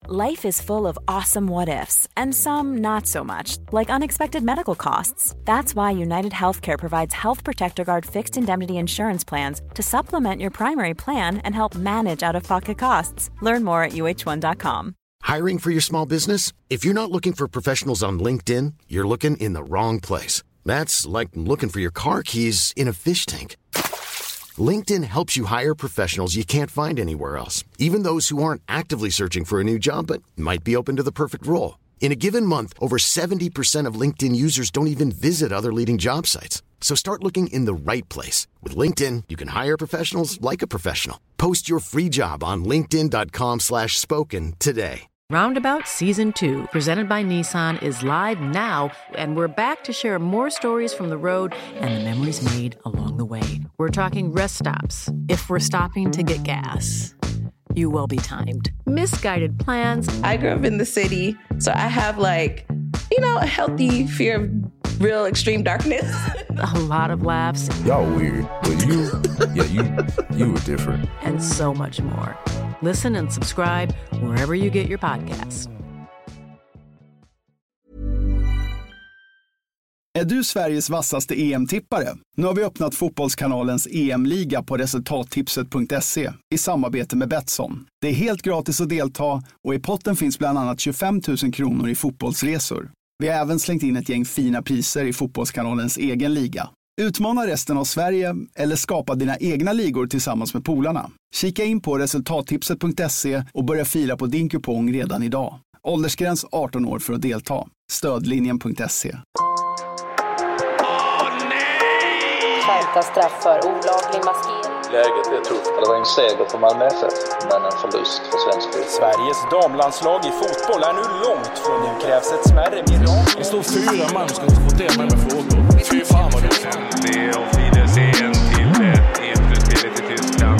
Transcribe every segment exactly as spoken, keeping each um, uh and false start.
Life is full of awesome what-ifs, and some not so much, like unexpected medical costs. That's why United Healthcare provides Health Protector Guard fixed indemnity insurance plans to supplement your primary plan and help manage out-of-pocket costs. Learn more at U H one dot com. Hiring for your small business? If you're not looking for professionals on LinkedIn, you're looking in the wrong place. That's like looking for your car keys in a fish tank. LinkedIn helps you hire professionals you can't find anywhere else, even those who aren't actively searching for a new job but might be open to the perfect role. In a given month, over seventy percent of LinkedIn users don't even visit other leading job sites. So start looking in the right place. With LinkedIn, you can hire professionals like a professional. Post your free job on linkedin dot com slash spoken today. Roundabout Season two, presented by Nissan, is live now, and we're back to share more stories from the road and the memories made along the way. We're talking rest stops. If we're stopping to get gas, you will be timed. Misguided plans. I grew up in the city, so I have like, you know, a healthy fear of real extreme darkness. A lot of laughs. Y'all weird, but you, yeah, you, you were different. And so much more. Listen and subscribe wherever you get your podcasts. Är du Sveriges vassaste E M-tippare? Nu har vi öppnat fotbollskanalens E M-liga på resultattipset punkt se i samarbete med Betsson. Det är helt gratis att delta och i potten finns bland annat tjugofem tusen kronor i fotbollsresor. Vi har även slängt in ett gäng fina priser i fotbollskanalens egen liga. Utmana resten av Sverige eller skapa dina egna ligor tillsammans med polarna. Kika in på resultattipset punkt se och börja fila på din kupong redan idag. Åldersgräns arton år för att delta. Stödlinjen punkt se. Skärpta straff för olaglig maskering. Läget är tufft. Det var en seger för Malmö F F, men en förlust för svensk fotboll. Sveriges damlandslag i fotboll är nu långt från nu krävs ett smärre mirakel. Det står fyra man som ska få det med med frågor. Fy fan vad det är. Det är och Fides en till ett inflytspel till Tyskland.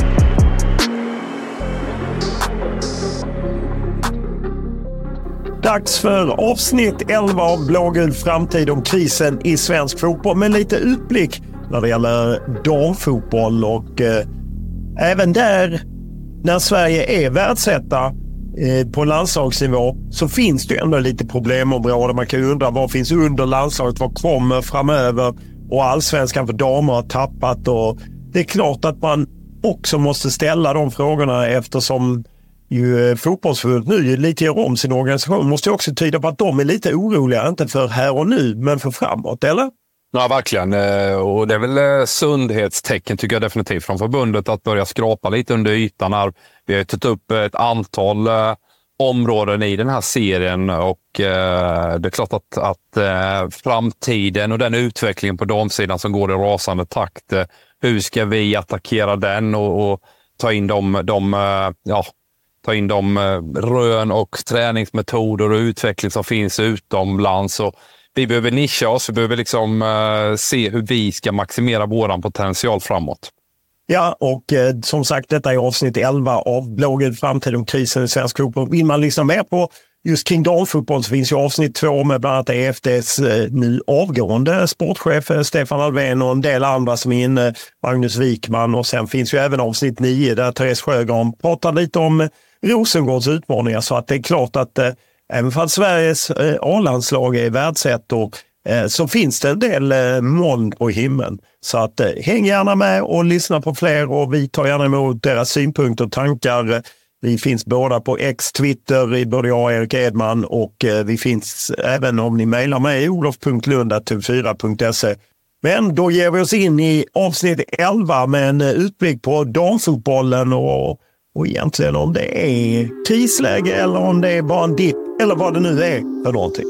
Dags för avsnitt elva av Blågul framtid om krisen i svensk fotboll med lite utblick när det gäller damfotboll och eh, även där när Sverige är världsetta eh, på landslagsnivå så finns det ju ändå lite problemområden. Man kan ju undra vad finns under landslaget, vad kommer framöver, och allsvenskan för damer har tappat, och det är klart att man också måste ställa de frågorna eftersom ju fotbollsförbundet nu lite gör om sin organisation. Måste ju också tyda på att de är lite oroliga, inte för här och nu men för framåt, eller? Ja, verkligen. Och det är väl sundhetstecken tycker jag definitivt från förbundet att börja skrapa lite under ytan här. Vi har tagit upp ett antal eh, områden i den här serien och eh, det är klart att, att eh, framtiden och den utvecklingen på damsidan som går i rasande takt. Eh, hur ska vi attackera den och, och ta in de, de eh, ja, ta in de eh, rön och träningsmetoder och utveckling som finns utomlands. Och vi behöver nischa oss, vi behöver liksom uh, se hur vi ska maximera våran potential framåt. Ja, och eh, som sagt, detta är avsnitt elva av Blågul framtid om krisen i svensk fotboll. Vill man lyssna mer på just kring damfotboll så finns ju avsnitt två med bland annat E F D:s eh, nu avgående sportchef eh, Stefan Alfvén och en del andra som är inne, Magnus Wikman, och sen finns ju även avsnitt nio där Therese Sjögran pratar lite om eh, Rosengårds utmaningar, så att det är klart att eh, även för att Sveriges eh, A-landslag är världsett och eh, så finns det en del eh, moln på himlen. Så att eh, häng gärna med och lyssna på fler, och vi tar gärna emot deras synpunkter och tankar. Vi finns båda på X, Twitter, i både jag och Erik Edman, och eh, vi finns även om ni mejlar mig olof punkt lund snabel-a t v fyra punkt se. Men då ger vi oss in i avsnitt elva med en utblick på damfotbollen och Och egentligen om det är krisläge eller om det är bara en dipp eller vad det nu är för någonting.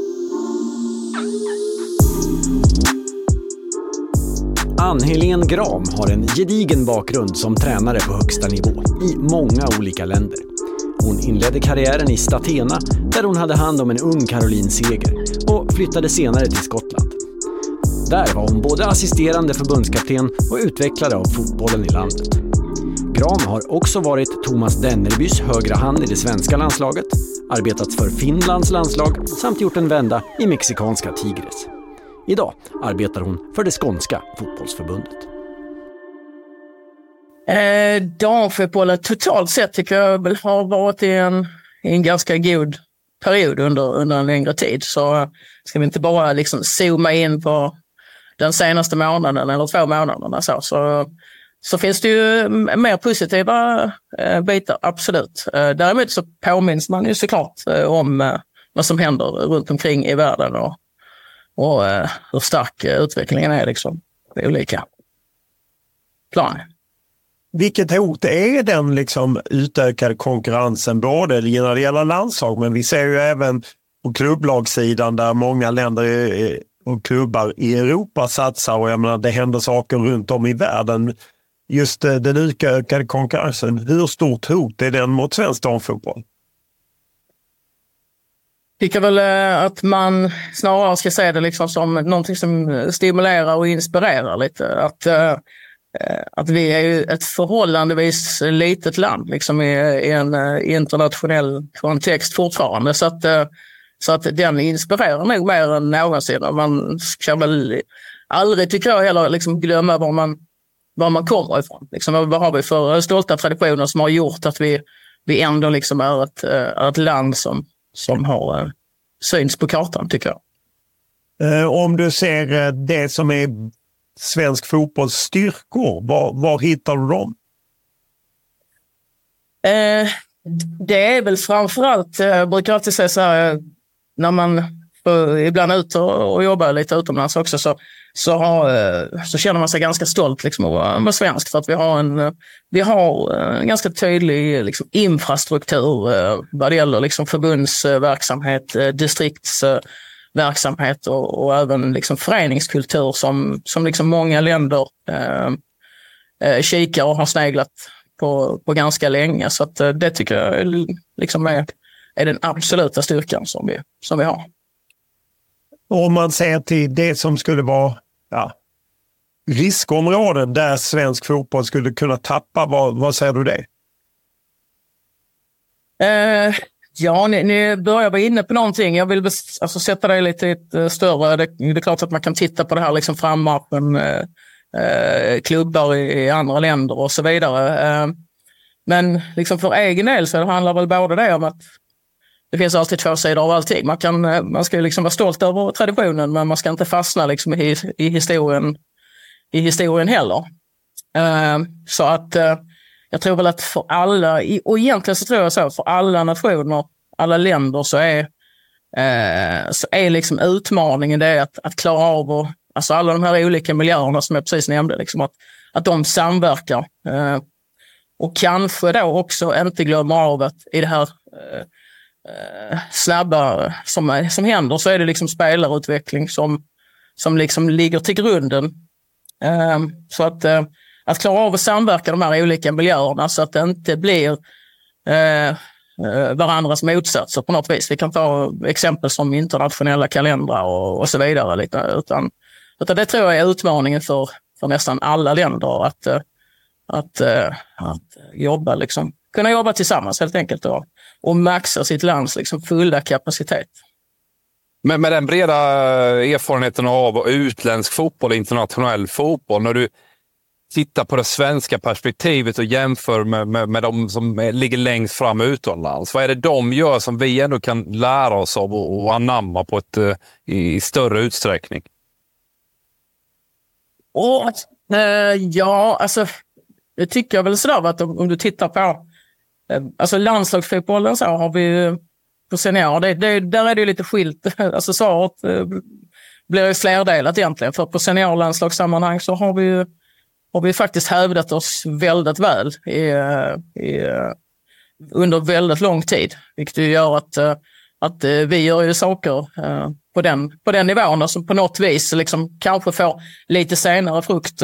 Ann-Helén Gram har en gedigen bakgrund som tränare på högsta nivå i många olika länder. Hon inledde karriären i Statena där hon hade hand om en ung Caroline Seger och flyttade senare till Skottland. Där var hon både assisterande förbundskapten och utvecklare av fotbollen i landet. Gram har också varit Thomas Dennerbys högra hand i det svenska landslaget, arbetat för Finlands landslag samt gjort en vända i mexikanska Tigres. Idag arbetar hon för det skånska fotbollsförbundet. Eh, damfotbollen totalt sett tycker jag väl har varit i en i en ganska god period under, under en längre tid. Så ska vi inte bara liksom zooma in på den senaste månaden eller två månaderna. Så, så, så finns det ju mer positiva eh, bitar, absolut. Eh, däremot så påminns man ju såklart eh, om eh, vad som händer runt omkring i världen och, och eh, hur stark eh, utvecklingen är liksom, på olika plan. Vilket hot är den liksom utökade konkurrensen både när det gäller landslag, men vi ser ju även på klubblagssidan där många länder och klubbar i Europa satsar, och jag menar, det händer saker runt om i världen. Just den utökade konkurrensen, hur stort hot är den mot svensk damfotboll? Jag tycker väl att man snarare ska se det liksom som någonting som stimulerar och inspirerar lite. Att Att vi är ju ett förhållandevis litet land liksom i, i en internationell kontext fortfarande. Så att, så att den inspirerar nog mer än någonsin. Man ska väl aldrig, tycker jag, heller liksom glömma var man, var man kommer ifrån. Liksom, vad har vi för stolta traditioner som har gjort att vi, vi ändå liksom är, ett, är ett land som, som har syns på kartan, tycker jag. Om du ser det som är svensk fotbolls styrkor, var, var hittar du dem? Eh, det är väl framförallt, jag brukar alltid säga så här, när man för, ibland är ute och, och jobbar lite utomlands också, så, så, har, så känner man sig ganska stolt liksom, att vara svensk, för att vi har en, vi har en ganska tydlig liksom, infrastruktur eh, vad det gäller liksom, förbundsverksamhet, eh, distrikts verksamhet och, och även liksom föreningskultur som, som liksom många länder eh, eh, kikar och har sneglat på, på ganska länge. Så att, eh, det tycker jag liksom är, är den absoluta styrkan som vi, som vi har. Om man ser till det som skulle vara ja, riskområden där svensk fotboll skulle kunna tappa, vad, vad säger du det? Eh, Ja, ni, ni börjar vara inne på någonting. Jag vill alltså, sätta det lite i ett större... Det, det är klart att man kan titta på det här liksom frammarschen, eh, klubbar i, i andra länder och så vidare. Eh, men liksom för egen del så handlar väl både det om att det finns alltid två sidor av allting. Man, kan, man ska liksom vara stolt över traditionen, men man ska inte fastna liksom i, i, historien, i historien heller. Eh, så att... Eh, Jag tror väl att för alla, och egentligen så tror jag så, för alla nationer, alla länder så är, eh, så är liksom utmaningen det att, att klara av, och, alltså alla de här olika miljöerna som jag precis nämnde, liksom att, att de samverkar. Eh, och kanske då också inte glömmer av att i det här eh, snabba som, som händer så är det liksom spelarutveckling som, som liksom ligger till grunden. Eh, så att eh, Att klara av att samverka de här olika miljöerna så att det inte blir eh, varandras motsatser på något vis. Vi kan ta exempel som internationella kalendrar och, och så vidare. Lite, utan, utan det tror jag är utmaningen för, för nästan alla länder att, att, att jobba, liksom, kunna jobba tillsammans helt enkelt och, och maxa sitt lands liksom, fulla kapacitet. Men med den breda erfarenheten av utländsk fotboll och internationell fotboll, när du tittar på det svenska perspektivet och jämför med, med, med de som ligger längst fram utomlands. Vad är det de gör som vi ändå kan lära oss av och, och anamma på ett, i, i större utsträckning? Oh, eh, ja, alltså det tycker jag väl sådär att om, om du tittar på eh, alltså landslagsfotbollen så har vi på senior, det, det, där är det ju lite skilt. Alltså svaret eh, blir ju flerdelat egentligen, för på seniorlandslagssammanhang så har vi ju har vi faktiskt hävdat oss väldigt väl i, i, under väldigt lång tid. Vilket gör att, att vi gör ju saker på den, på den nivån som på något vis liksom kanske får lite senare frukt.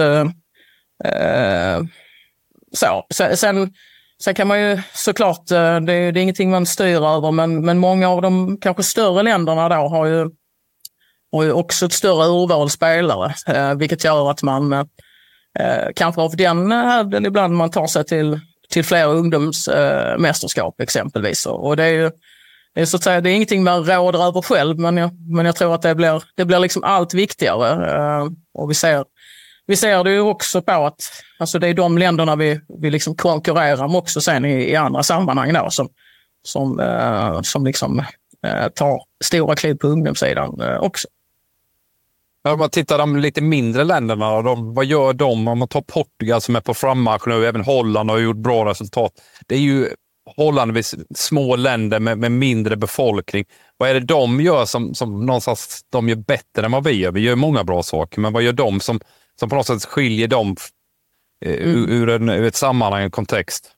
Så. Sen, sen kan man ju såklart, det är, det är ingenting man styr över, men, men många av de kanske större länderna då har ju, har ju också ett större urval spelare, vilket gör att man Eh, kanske av den hävden ibland man tar sig till, till fler ungdomsmästerskap eh, exempelvis. Och, och det är ju det är, så att säga, det är ingenting man råder över själv, men jag, men jag tror att det blir, det blir liksom allt viktigare. Eh, och vi ser, vi ser det ju också på att alltså det är de länderna vi, vi liksom konkurrerar med också sen i, i andra sammanhang då, som, som, eh, som liksom eh, tar stora kliv på ungdomssidan eh, också. Om man tittar på de lite mindre länderna, de, vad gör de? Om man tar Portugal som är på frammarsch nu, även Holland har gjort bra resultat. Det är ju hållandevis små länder med, med mindre befolkning. Vad är det de gör som, som någonstans de gör bättre än vad vi gör? Vi gör många bra saker, men vad gör de som, som på något sätt skiljer dem eh, mm. ur, en, ur ett sammanhang, en kontext?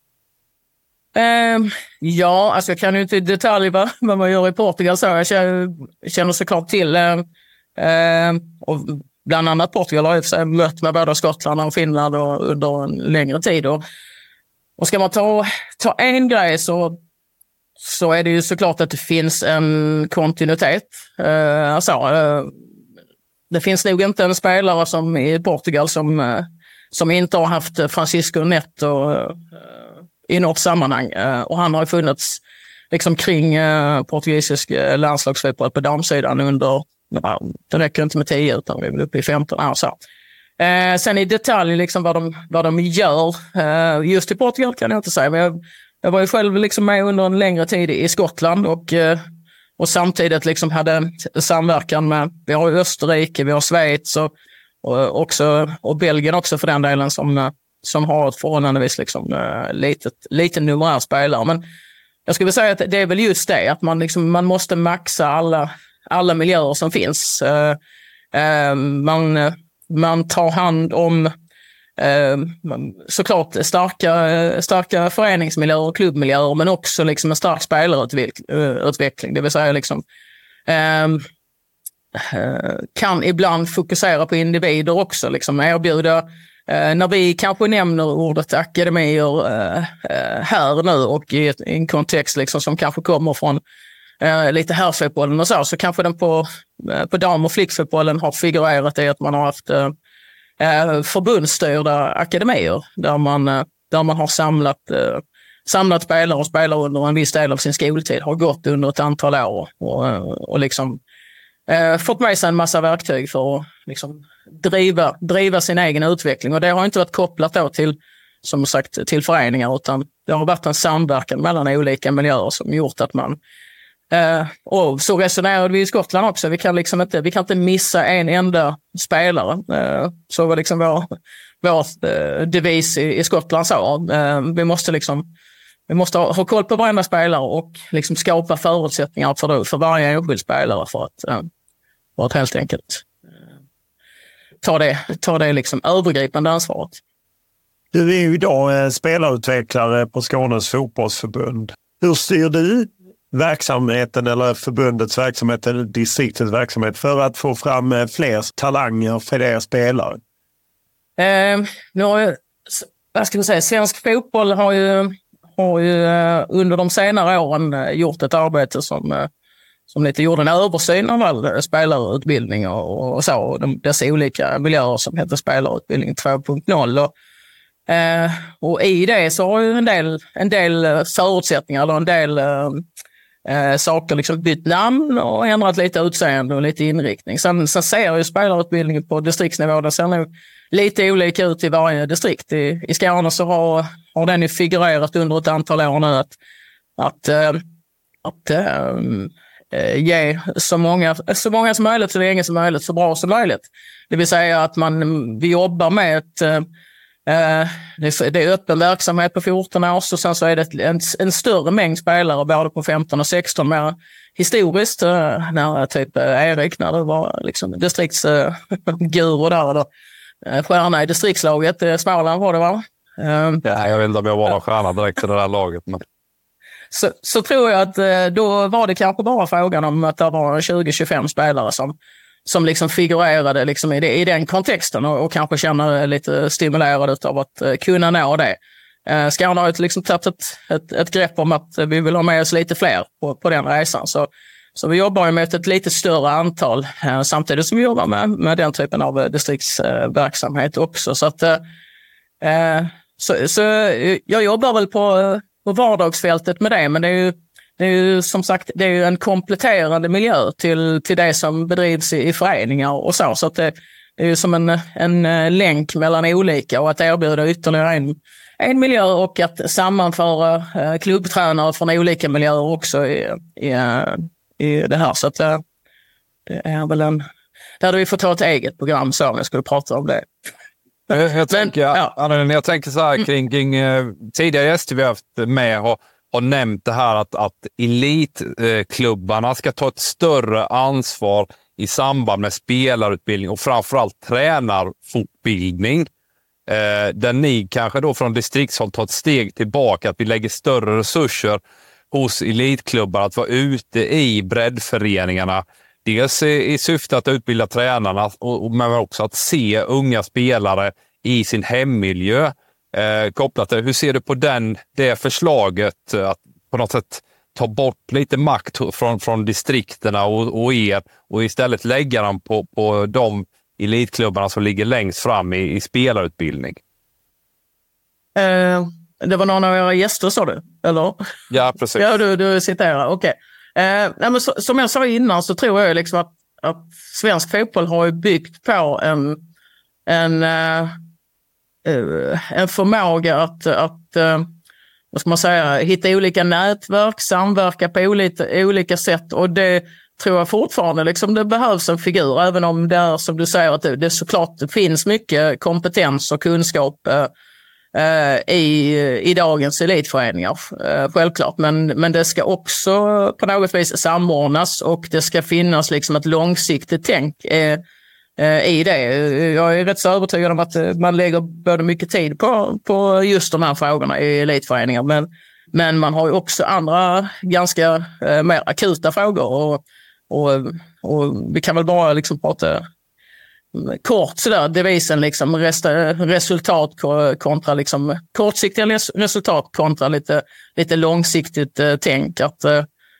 Um, ja, alltså jag kan ju inte i detalj vad, vad man gör i Portugal. Så jag känner, känner såklart till uh, uh, och bland annat Portugal har jag mött med både Skottland och Finland och under en längre tid. Och, och ska man ta, ta en grej så, så är det ju såklart att det finns en kontinuitet. Uh, alltså, uh, det finns nog inte en spelare som i Portugal som, uh, som inte har haft Francisco Neto uh, i något sammanhang. Uh, och han har ju funnits liksom kring uh, portugisisk uh, landslagsfotboll på damsidan under, uh, det räcker inte med tio utan vi är väl uppe i femton år. Så. Uh, sen i detalj liksom vad de, vad de gör, uh, just i Portugal kan jag inte säga, men jag, jag var ju själv liksom med under en längre tid i Skottland och, uh, och samtidigt liksom hade samverkan med, vi har ju Österrike, vi har Schweiz och, och, också, och Belgien också för den delen som uh, som har ett förhållandevis liksom, uh, litet, liten numerär spelare. Men jag skulle säga att det är väl just det, att man, liksom, man måste maxa alla, alla miljöer som finns. Uh, uh, man, uh, man tar hand om uh, såklart starka, uh, starka föreningsmiljöer och klubbmiljöer, men också liksom en stark spelarutveckling. Det vill säga liksom, uh, uh, kan ibland fokusera på individer också, liksom erbjuda. Uh, när vi kanske nämner ordet akademier uh, uh, här nu och i, ett, i en kontext liksom som kanske kommer från uh, lite herrfotbollen och så, så kanske den på, uh, på dam- och flickfotbollen har figurerat i att man har haft uh, uh, förbundsstyrda akademier där man, uh, där man har samlat, uh, samlat spelare och spelare under en viss del av sin skoltid, har gått under ett antal år och, uh, och liksom uh, fått med sig en massa verktyg för att liksom driva, driva sin egen utveckling. Och det har inte varit kopplat då till, som sagt, till föreningar, utan det har varit en samverkan mellan olika miljöer som gjort att man eh, och så resonerade vi i Skottland också. Vi kan liksom inte, vi kan inte missa en enda spelare. Eh, så var liksom vår, vår eh, devis i, i Skottland så. Eh, vi måste liksom vi måste ha, ha koll på varenda spelare och liksom skapa förutsättningar för, för varje enskild spelare för att, eh, för att helt enkelt ta det, ta det liksom övergripande ansvaret. Du är ju idag eh, spelarutvecklare på Skånes fotbollsförbund. Hur styr du verksamheten eller förbundets verksamhet eller distriktets verksamhet för att få fram eh, fler talanger, fler spelare? Eh, nu har jag, vad ska man säga, svensk fotboll har ju, har ju eh, under de senare åren eh, gjort ett arbete som eh, som lite gjorde en översyn av all spelarutbildning och, och så, och de, dessa olika miljöer som heter spelarutbildning två punkt noll. Och, eh, och i det så har ju en del, en del förutsättningar eller en del eh, saker liksom bytt namn och ändrat lite utseende och lite inriktning. Sen, sen ser ju spelarutbildningen på distriktsnivå, den ser nog lite olika ut i varje distrikt. I, i Skåne så har, har den ju figurerat under ett antal år nu att, att, eh, att eh, ge så många, så många som möjligt, så länge som möjligt, så bra som möjligt. Det vill säga att man, vi jobbar med ett, eh, det är öppen verksamhet på fjorton år, så sen så är det en, en större mängd spelare både på femton och sexton. Mer historiskt, när typ Erik, när det var liksom distriktsguru där, eller stjärna i distriktslaget, Småland var det va? Ja, jag vet inte om jag var någon stjärna direkt i det där laget, men Så, så tror jag att då var det kanske bara frågan om att det var tjugo till tjugofem spelare som, som liksom figurerade liksom i, det, i den kontexten och, och kanske känner lite stimulerade av att uh, kunna nå det. Uh, Skåne har ju liksom tagit ett, ett, ett grepp om att vi vill ha med oss lite fler på, på den resan. Så, så vi jobbar med ett lite större antal uh, samtidigt som vi jobbar med, med den typen av uh, distriktsverksamhet uh, också. Så, att, uh, uh, så, så uh, jag jobbar väl på uh, på vardagsfältet med det, men det är ju, det är ju som sagt det är ju en kompletterande miljö till, till det som bedrivs i, i föreningar och så, så att det, det är ju som en, en länk mellan olika, och att erbjuda ytterligare en, en miljö och att sammanföra eh, klubbtränare från olika miljöer också i, i, i det här. Så att eh, det är väl en... Där hade vi fått ta ett eget program så om jag skulle prata om det. Jag, jag, Men, tänker, ja. jag, jag tänker så här kring, kring eh, tidigare gäster vi har haft med har, har nämnt det här att, att elitklubbarna eh, ska ta ett större ansvar i samband med spelarutbildning och framförallt tränarfortbildning. Eh, där ni kanske då från distriktshåll tar ett steg tillbaka, att vi lägger större resurser hos elitklubbar att vara ute i breddföreningarna. Dels i, i syfte att utbilda tränarna och, men också att se unga spelare i sin hemmiljö. Eh, kopplat till, hur ser du på den, det förslaget att på något sätt ta bort lite makt från, från distrikterna och, och er och istället lägga dem på, på de elitklubbarna som ligger längst fram i, i spelarutbildning? Eh, det var någon av era gäster, sa du? Eller? Ja, precis. Ja, du, du citerar. Okej. Okay. Eh, nej, men så, som jag sa innan så tror jag liksom att, att svensk fotboll har ju byggt på en, en, eh, en förmåga att, att eh, vad ska man säga, hitta olika nätverk, samverka på olika, olika sätt, och det tror jag fortfarande liksom det behövs en figur, även om det är som du säger att det, det såklart det finns mycket kompetens och kunskap eh, i, i dagens elitföreningar, eh, självklart, men, men det ska också på något vis samordnas och det ska finnas liksom ett långsiktigt tänk eh, eh, i det. Jag är rätt så övertygad om att man lägger både mycket tid på, på just de här frågorna i elitföreningar, men, men man har ju också andra ganska eh, mer akuta frågor, och, och, och vi kan väl bara liksom prata kort sådär, devisen liksom resultat kontra liksom kortsiktiga resultat kontra lite, lite långsiktigt eh, tänk, att eh,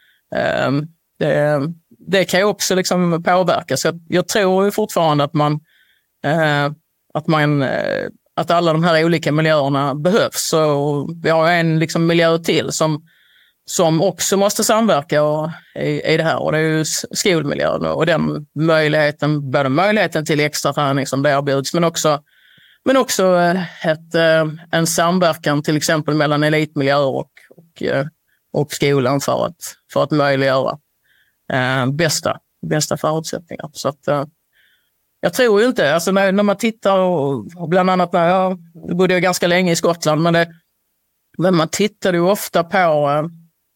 det, det kan ju också liksom påverka. Så jag tror ju fortfarande att man eh, att man eh, att alla de här olika miljöerna behövs. Så vi har en liksom miljö till som som också måste samverka och, i, i det här, och det är ju skolmiljön och den möjligheten, både möjligheten till extra träning som det erbjuds, men också, men också ett, en samverkan till exempel mellan elitmiljöer och, och, och skolan för att, för att möjliggöra eh, bästa, bästa förutsättningar. Så att, eh, jag tror ju inte, alltså när, när man tittar, och, och bland annat när jag bodde jag ganska länge i Skottland, men, det, men man tittar ju ofta på eh,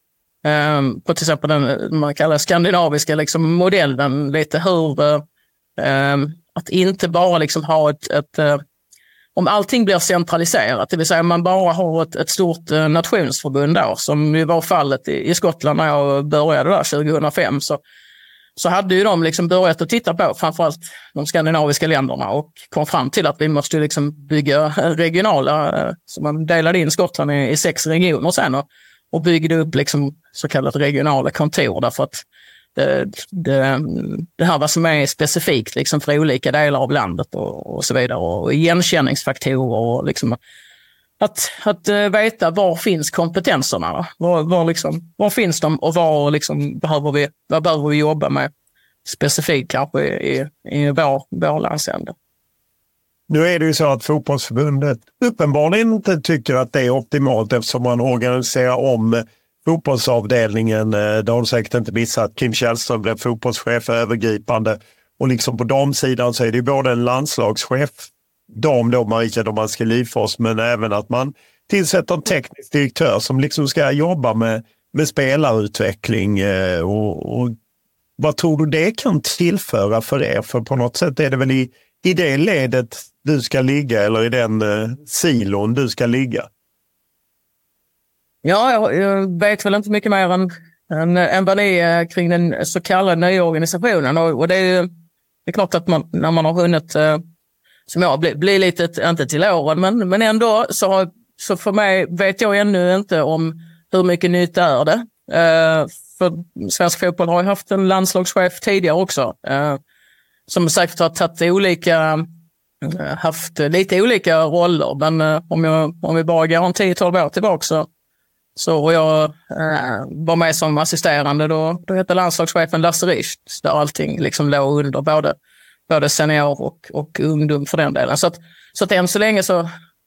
Um, på till exempel den man kallar skandinaviska liksom modellen, lite hur uh, um, att inte bara liksom ha ett, ett uh, om allting blir centraliserat, det vill säga man bara har ett, ett stort uh, nationsförbund då, som ju var fallet i, i Skottland när jag började där tjugohundrafem, så, så hade ju de liksom börjat att titta på framförallt de skandinaviska länderna och kom fram till att vi måste liksom bygga regionala, uh, så man delade in Skottland i, i sex regioner sen, och och byggde upp liksom så kallat regionala kontor, därför att det, det, det här vad som är specifikt liksom för olika delar av landet och, och så vidare, och igenkänningsfaktorer och liksom att, att veta var finns kompetenserna, var, var, liksom, var finns de och var liksom behöver vi, vad behöver vi jobba med specifikt kanske i, i vår, vår landsända. Nu är det ju så att fotbollsförbundet uppenbarligen inte tycker att det är optimalt, eftersom man organiserar om fotbollsavdelningen. Det har säkert inte missat. Kim Källström blev fotbollschef övergripande, och liksom på damsidan så är det ju både en landslagschef, dam då Marika Domanski Livfors, men även att man tillsätter en teknisk direktör som liksom ska jobba med, med spelarutveckling. Och, och vad tror du det kan tillföra för er? För på något sätt är det väl i i det ledet du ska ligga, eller i den eh, silon du ska ligga? Ja, jag, jag vet väl inte mycket mer än, än, än vad det är kring den så kallade nya organisationen. Och, och det, är, det är klart att man, när man har hunnit, eh, som jag, blir bli lite, inte till åren, men, men ändå så, så för mig vet jag ännu inte om hur mycket nytt är det. Eh, för svensk fotboll har ju haft en landslagschef tidigare också. Eh, som sagt har tagit olika, haft lite olika roller, men om, jag, om vi bara går en tio tolv år tillbaka så, så och jag äh, var med som assisterande, då, då hette landslagschefen Lasse Richt, där allting liksom låg under både, både senior och, och ungdom för den delen. Så att, så att än så länge så,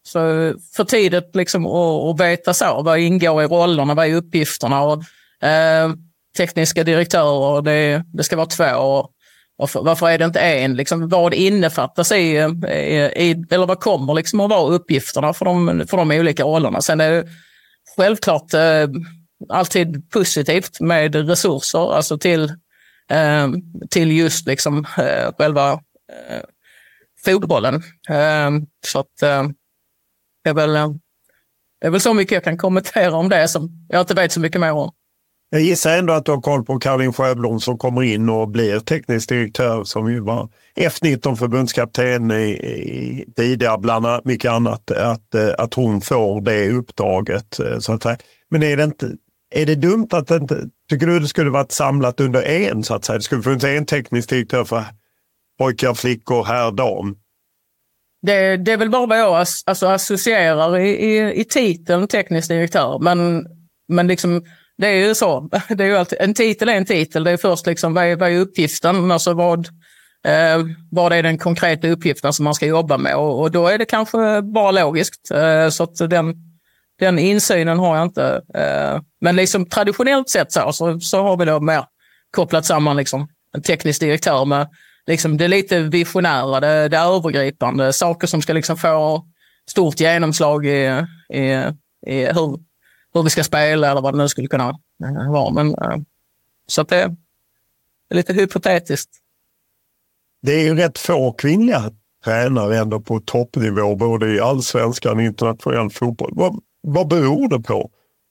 så för tidigt liksom att, att veta så. Vad ingår i rollerna, vad är uppgifterna? Och, eh, tekniska direktörer, det, det ska vara två. Och, och för, varför är det inte en? Liksom, vad innefattas i, i, i, eller vad kommer liksom att vara uppgifterna för de, för de olika rollerna? Sen är det självklart eh, alltid positivt med resurser, alltså till, eh, till just liksom, eh, själva eh, fotbollen. Eh, så att eh, det, är väl, det är väl så mycket jag kan kommentera om det som jag inte vet så mycket mer om. Jag gissar ändå att du har koll på Caroline Sjöblom som kommer in och blir teknisk direktör, som ju var F nitton förbundskapten i, i tidigare, bland annat mycket annat, att, att hon får det uppdraget. Så att säga. Men är det, inte, är det dumt att det inte, tycker du det skulle varit samlat under en, så att säga? Det skulle funnits en teknisk direktör för pojkar, flickor, herr, dam. Det, det är väl bara vad jag alltså, associerar i, i, i titeln teknisk direktör, men, men liksom det är ju så. Det är ju alltid, en titel är en titel. Det är först liksom, vad är, vad är uppgiften? Alltså vad, eh, vad är den konkreta uppgiften som man ska jobba med? Och, och då är det kanske bara logiskt. Eh, så att den, den insynen har jag inte. Eh, men liksom traditionellt sett så, så, så har vi då mer kopplat samman liksom en teknisk direktör med liksom det lite visionära, det, det övergripande. Saker som ska liksom få stort genomslag i, i, i hur hur vi ska spela eller vad det nu skulle kunna vara. Men, uh, så att det är lite hypotetiskt. Det är ju rätt få kvinnliga tränare ändå på toppnivå, både i allsvenskan och internationell fotboll. Vad, vad beror det på?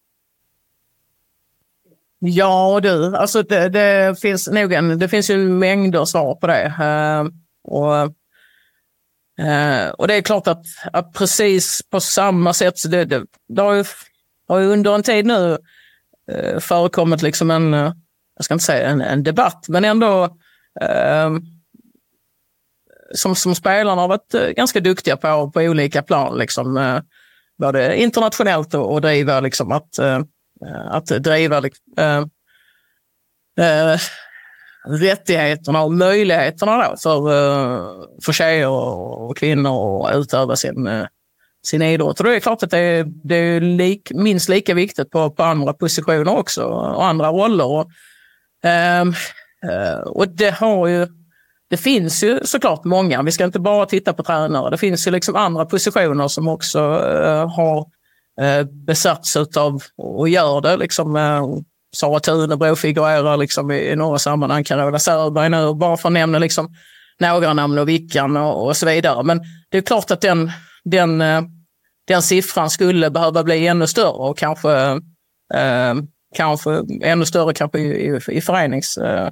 Ja du, alltså det, det finns nog en, det finns ju mängder svar på det. Uh, och, uh, och det är klart att, att precis på samma sätt, så det, det, det har ju har under en tid nu eh, förekommit liksom en, jag ska inte säga en, en debatt, men ändå eh, som, som spelarna har varit eh, ganska duktiga på på olika plan, liksom, eh, både internationellt och, och driva liksom, att, eh, att driva eh, eh, rättigheterna och möjligheterna då för, eh, för tjejer och, och kvinnor att utöva sin eh, sin idrott. Och det är klart att det är, det är lik, minst lika viktigt på, på andra positioner också och andra roller. Och, um, uh, och det har ju, det finns ju såklart många, vi ska inte bara titta på tränare, det finns ju liksom andra positioner som också uh, har uh, besatts av och gör det. Liksom, uh, Sara Thunebro figurerar liksom i, i några sammanhang, Carola Sörberg nu, bara för att nämna liksom några namn och Vickan och, och så vidare. Men det är klart att den Den, den siffran skulle behöva bli ännu större och kanske, eh, kanske ännu större kanske i, i, i förenings, eh,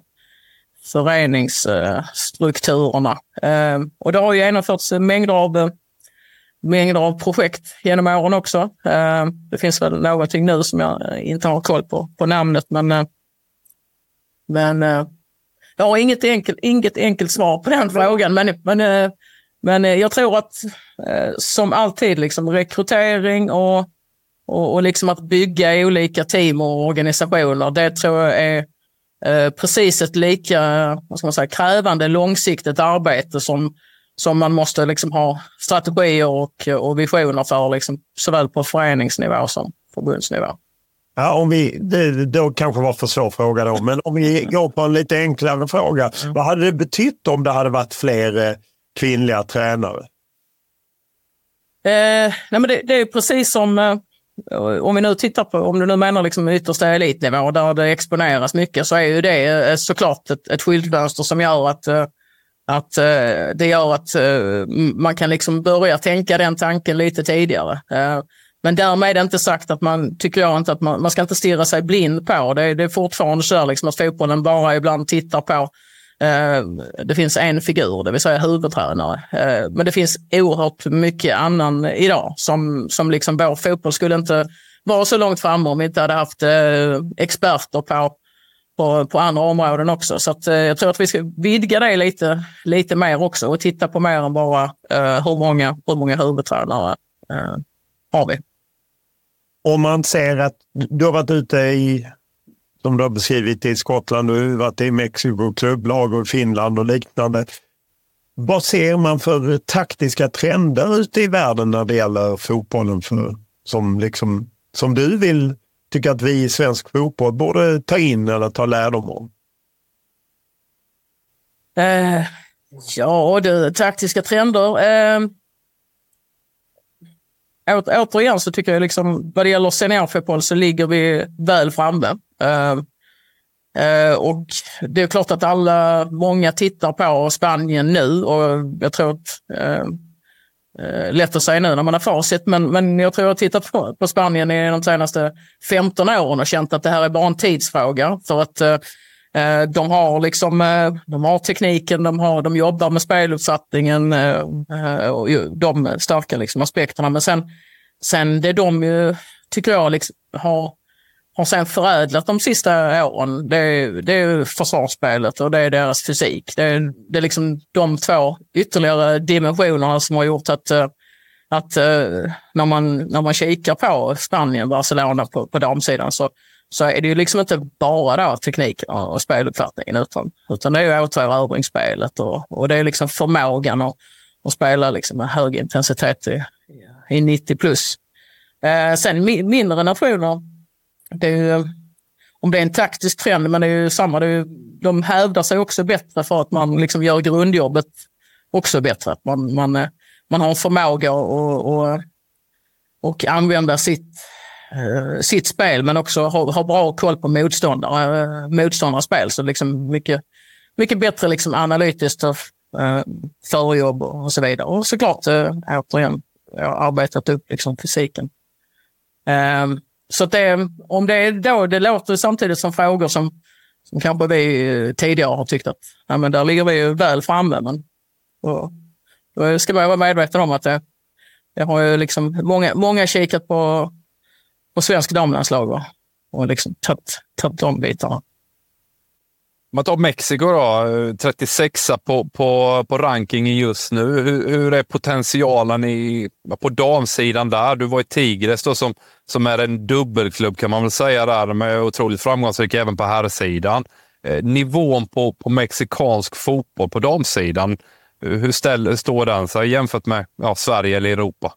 föreningsstrukturerna. Eh, och det har ju genomförts mängder av, mängder av projekt genom åren också. Eh, det finns väl någonting nu som jag inte har koll på, på namnet, men, eh, men eh, jag har inget enkelt, inget enkelt svar på den frågan. Men, men eh, Men jag tror att eh, som alltid liksom rekrytering och, och, och liksom att bygga olika team och organisationer, det tror jag är eh, precis ett lika, vad ska man säga, krävande långsiktigt arbete som, som man måste liksom ha strategier och, och visioner för, liksom, såväl på föreningsnivå som förbundsnivå. Ja, om vi, det då kanske var för svår fråga då, men om vi går på en lite enklare fråga. Mm. Vad hade det betytt om det hade varit fler eh, kvinnliga tränare? Eh, nej men det, det är precis som eh, om vi nu tittar på, om du nu menar liksom yttersta elitnivå där det exponeras mycket, så är ju det eh, såklart ett, ett skyltfönster som gör att, eh, att eh, det gör att eh, man kan liksom börja tänka den tanken lite tidigare. Eh, men därmed är det inte sagt att man, tycker jag inte att man, man ska inte stirra sig blind på. Det, det är fortfarande så liksom att fotbollen bara ibland tittar på det finns en figur, det vill säga huvudtränare. Men det finns oerhört mycket annan idag som, som liksom vår fotboll skulle inte vara så långt fram om vi inte hade haft experter på, på, på andra områden också. Så att jag tror att vi ska vidga det lite, lite mer också och titta på mer än bara uh, hur, många, hur många huvudtränare uh, har vi. Om man ser att du har varit ute i, som du har beskrivit, i Skottland och varit i Mexiko, klubblag och Finland och liknande. Vad ser man för taktiska trender ute i världen när det gäller fotbollen för, som, liksom, som du vill tycka att vi i svensk fotboll borde ta in eller ta lärdom om? Uh, ja, det, taktiska trender. Uh, å, återigen så tycker jag liksom vad det gäller seniorfotboll så ligger vi väl framme. Uh, Uh, och det är klart att alla, många tittar på Spanien nu och jag tror att uh, uh, lätt att säga nu när man har facit, men, men jag tror att jag tittat på, på Spanien i de senaste femton åren och känt att det här är bara en tidsfråga för att uh, uh, de har liksom uh, de har tekniken, de, har, de jobbar med speluppsättningen uh, uh, och de starka liksom aspekterna, men sen, sen det de uh, tycker jag liksom har har sen förädlat de sista åren, det är, det är försvarsspelet och det är deras fysik. Det är, det är liksom de två ytterligare dimensionerna som har gjort att, att när, man, när man kikar på Spanien, Barcelona på, på damsidan så, så är det ju liksom inte bara då tekniken och speluppfattningen utan, utan det är ju återerövringsspelet och, och det är liksom förmågan att, att spela liksom med hög intensitet i, i nittio plus. Eh, sen mindre nationer, det är ju, om det är en taktisk trend, men det är ju samma, det är ju, de hävdar sig också bättre för att man liksom gör grundjobbet också bättre. Att man, man, man har en förmåga och, och, och använda sitt, uh, sitt spel, men också ha, ha bra koll på motståndare, uh, motståndarspel. Så liksom mycket, mycket bättre liksom analytiskt uh, förjobb och så vidare. Och såklart, uh, återigen, jag har arbetat upp liksom fysiken. Um, Så att det, om det är då, det låter samtidigt som frågor som, som kanske vi tidigare har tyckt att ja, men där ligger vi ju väl framme. Men då, då ska man vara medveten om att det, det har ju liksom många, många kikat på, på svensk damlandslag och, och liksom tagit, tagit de bitarna. Om man tar Mexiko då, trettiosexa på, på, på rankingen just nu. Hur, hur är potentialen i, på damsidan där? Du var i Tigres då som, som är en dubbelklubb kan man väl säga där. De är otroligt framgångsrika även på herrsidan. Eh, nivån på, på mexikansk fotboll på damsidan, hur ställ, står den sig jämfört med ja, Sverige eller Europa?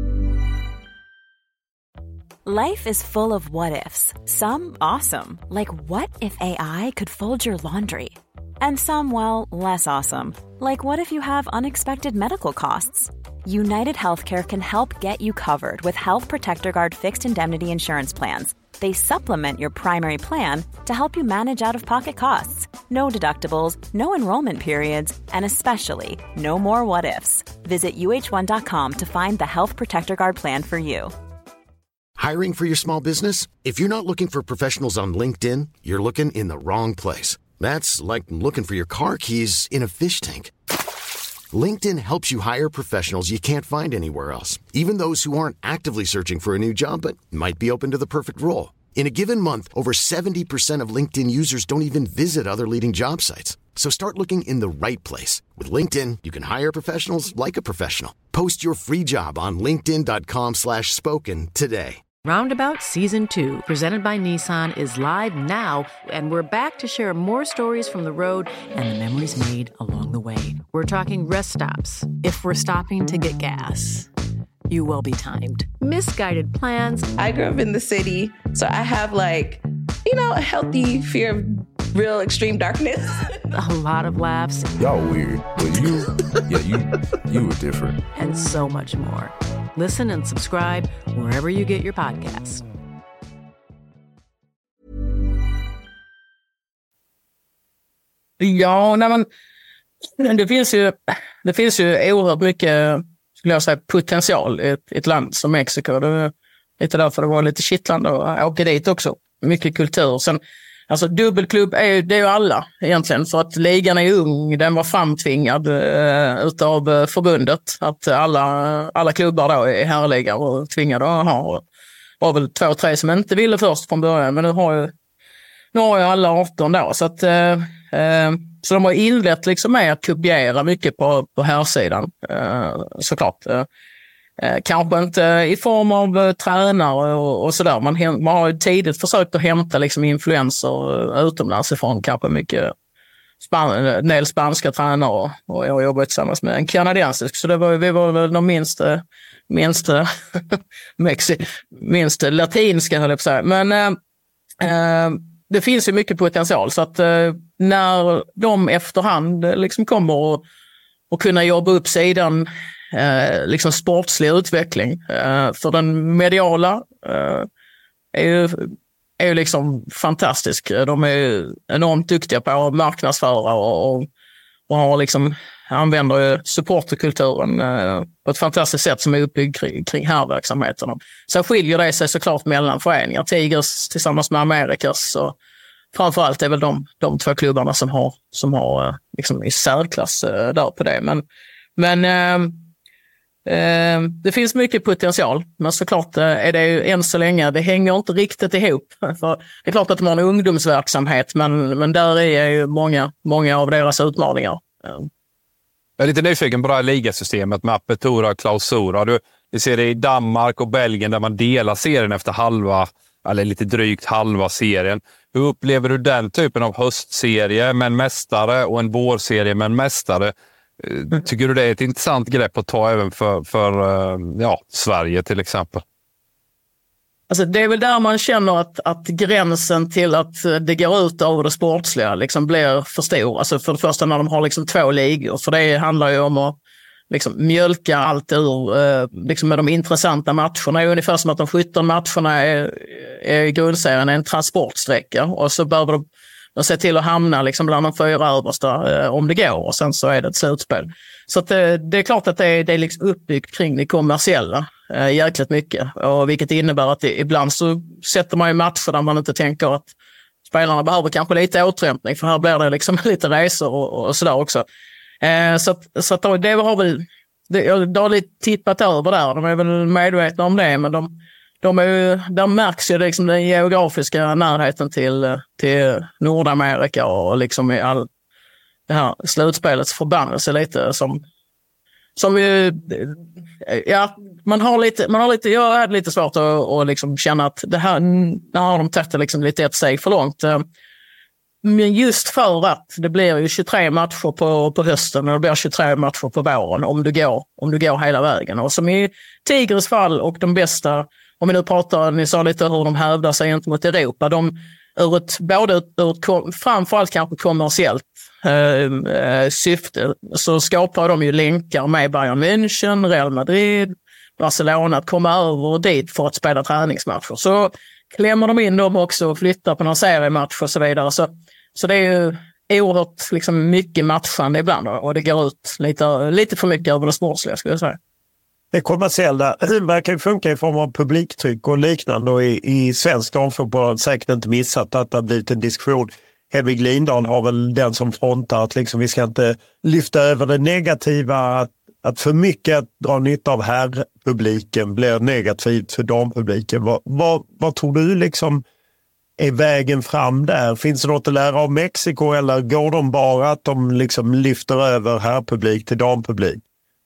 Life is full of what-ifs. Some awesome, like what if A I could fold your laundry? And some, well, less awesome, like what if you have unexpected medical costs? United Healthcare can help get you covered with Health Protector Guard fixed indemnity insurance plans. They supplement your primary plan to help you manage out-of-pocket costs. No deductibles, no enrollment periods, and especially no more what-ifs. Visit U H one dot com to find the Health Protector Guard plan for you. Hiring for your small business? If you're not looking for professionals on LinkedIn, you're looking in the wrong place. That's like looking for your car keys in a fish tank. LinkedIn helps you hire professionals you can't find anywhere else, even those who aren't actively searching for a new job but might be open to the perfect role. In a given month, over seventy percent of LinkedIn users don't even visit other leading job sites. So start looking in the right place. With LinkedIn, you can hire professionals like a professional. Post your free job on linkedin dot com slash spoken today. Roundabout Season two, presented by Nissan, is live now, and we're back to share more stories from the road and the memories made along the way. We're talking rest stops. If we're stopping to get gas, you will be timed. Misguided plans. I grew up in the city, so I have like, you know, a healthy fear of real extreme darkness. A lot of laughs. Y'all weird, but you, yeah, you, you were different. And so much more. Listen and subscribe wherever you get your podcasts. Ja, nej men det finns ju, det finns ju oerhört mycket, skulle jag säga, potential i ett, ett land som Mexiko. Det är lite därför det var lite kittlande att åka dit också. Mycket kultur. Sen, alltså dubbelklubb är ju, det är ju alla egentligen, för att ligan är ung, den var framtvingad eh, utav förbundet, att alla, alla klubbar då är härliga och tvingade att ha. Det var väl två, tre som inte ville först från början, men nu har ju, nu har ju alla arton då, så att eh, eh, så de har inlett liksom med att kopiera mycket på, på här-sidan, eh, såklart. Eh, Eh, kanske inte i form av eh, tränare och, och sådär. Man, man har ju tidigt försökt att hämta liksom influenser utomlands ifrån, kanske mycket, span, en del spanska tränare och jag jobbade tillsammans med en kanadensisk. Så det var, vi var väl de minst, minst, Mexi, minst latinska, höll jag på att säga. Men eh, eh, det finns ju mycket potential, så att eh, när de efterhand liksom kommer och, och kunna jobba upp sidan eh, liksom sportslig utveckling eh, för den mediala eh, är ju är ju liksom fantastisk. De är enormt duktiga på att marknadsföra och, och, och har liksom, använder supporterkulturen eh, på ett fantastiskt sätt som är uppbyggd kring, kring här verksamheterna. Sen skiljer det sig såklart mellan föreningar. Tigers tillsammans med Amerikas, och framförallt är väl de, de två klubbarna som har, som har eh, liksom i särklass eh, där på det. Men, men eh, Eh, det finns mycket potential, men såklart eh, är det ju än så länge, det hänger inte riktigt ihop. För det är klart att de har en ungdomsverksamhet, men, men där är ju många, många av deras utmaningar. Eh. Jag är lite nyfiken på det här ligasystemet med apertura och klausura. Du, vi ser det i Danmark och Belgien där man delar serien efter halva, eller lite drygt halva serien. Hur upplever du den typen av höstserie med en mästare och en vårserie med en mästare? Tycker du det är ett intressant grepp att ta även för, för ja, Sverige till exempel? Alltså det är väl där man känner att, att gränsen till att det går ut över det sportsliga liksom blir för stor. Alltså för det första när de har liksom två ligor, för det handlar ju om att liksom mjölka allt ur eh, liksom med de intressanta matcherna. Det är ungefär som att de sjutton matcherna är, är i grundserien en transportsträcka, och så behöver de De ser till att hamna liksom bland de fyra översta eh, om det går, och sen så är det ett slutspel. Så att det, det är klart att det är, det är liksom uppbyggt kring det kommersiella eh, jäkligt mycket. Och vilket innebär att det, ibland så sätter man ju matcher där man inte tänker att spelarna behöver kanske lite återhämtning, för här blir det liksom lite resor och, och sådär också. Eh, så att, så att då, det har väl det, jag har lite tippat över där. De är väl medvetna om det, men de De är ju, där märks ju liksom den geografiska närheten till, till Nordamerika och liksom i all det här slutspelets förbannelse lite som, som ju, ja, man har lite, man har lite, jag hade lite svårt att, att liksom känna att det här, där har de tagit liksom lite ett steg för långt. Men just för att det blir ju tjugotre matcher på, på hösten och det blir tjugotre matcher på våren om du går, om du går hela vägen. Och som i Tigers fall och de bästa, om vi nu pratar, ni sa lite hur de hävdar sig gentemot Europa, de ur ett, både ur ett framförallt kanske kommersiellt eh, syfte, så skapar de ju länkar med Bayern München, Real Madrid, Barcelona att komma över dit för att spela träningsmatcher. Så klämmer de in dem också och flyttar på någon seriematch och så vidare. Så, så det är ju oerhört liksom, mycket matchande ibland, och det går ut lite, lite för mycket över det sportsliga, skulle jag säga. Det kommersiella verkar ju funka i form av publiktryck och liknande, och i, i svensk damfotboll har säkert inte missat att det har blivit en diskussion. Hedvig Lindahl har väl den som frontar att liksom, vi ska inte lyfta över det negativa, att, att för mycket att dra nytta av herrpubliken blir negativt för dampubliken. Vad, vad, vad tror du liksom är vägen fram där? Finns det något att lära av Mexiko, eller går de bara att de liksom lyfter över herrpublik till dampublik?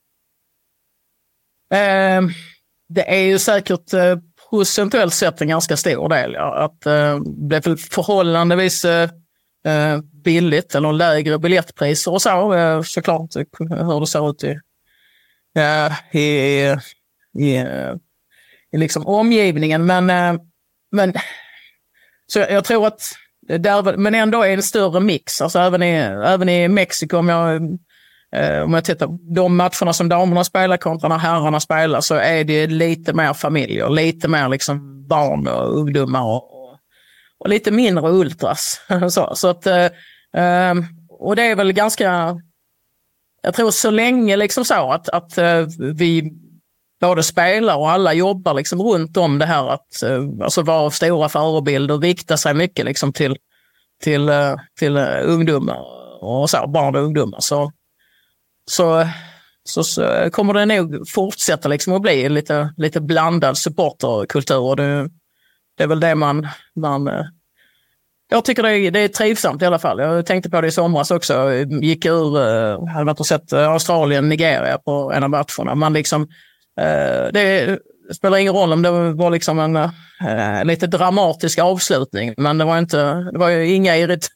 Eh, det är ju säkert eh, procentuellt sett en ganska stor del. Ja, att eh, det är förhållandevis eh, billigt eller lägre biljettpriser och så. Eh, såklart hur det ser ut i, eh, i, i, i liksom omgivningen. Men, eh, men så jag, jag tror att där, men ändå är det en större mix. Alltså även i, även i Mexiko, om jag Uh, om jag tittar de matcherna som damerna spelar kontra när herrarna spelar, så är det lite mer familjer, lite mer liksom barn och ungdomar och, och lite mindre ultras. så, så att, uh, uh, och det är väl ganska, jag tror så länge liksom så att, att uh, vi både spelar och alla jobbar liksom runt om det här att uh, alltså vara stora förebilder och vikta sig mycket liksom till, till, uh, till uh, ungdomar och så, barn och ungdomar, så Så, så, så kommer det nog fortsätta liksom att bli lite, lite blandad supporterkultur. Och det, det är väl det man... man jag tycker det är, det är trivsamt i alla fall. Jag tänkte på det i somras också. Jag gick ur, hade varit och sett Australien, Nigeria på en av matcherna. Man liksom, det spelar ingen roll om det var liksom en lite dramatisk avslutning. Men det var, inte, det var ju inga, irrit,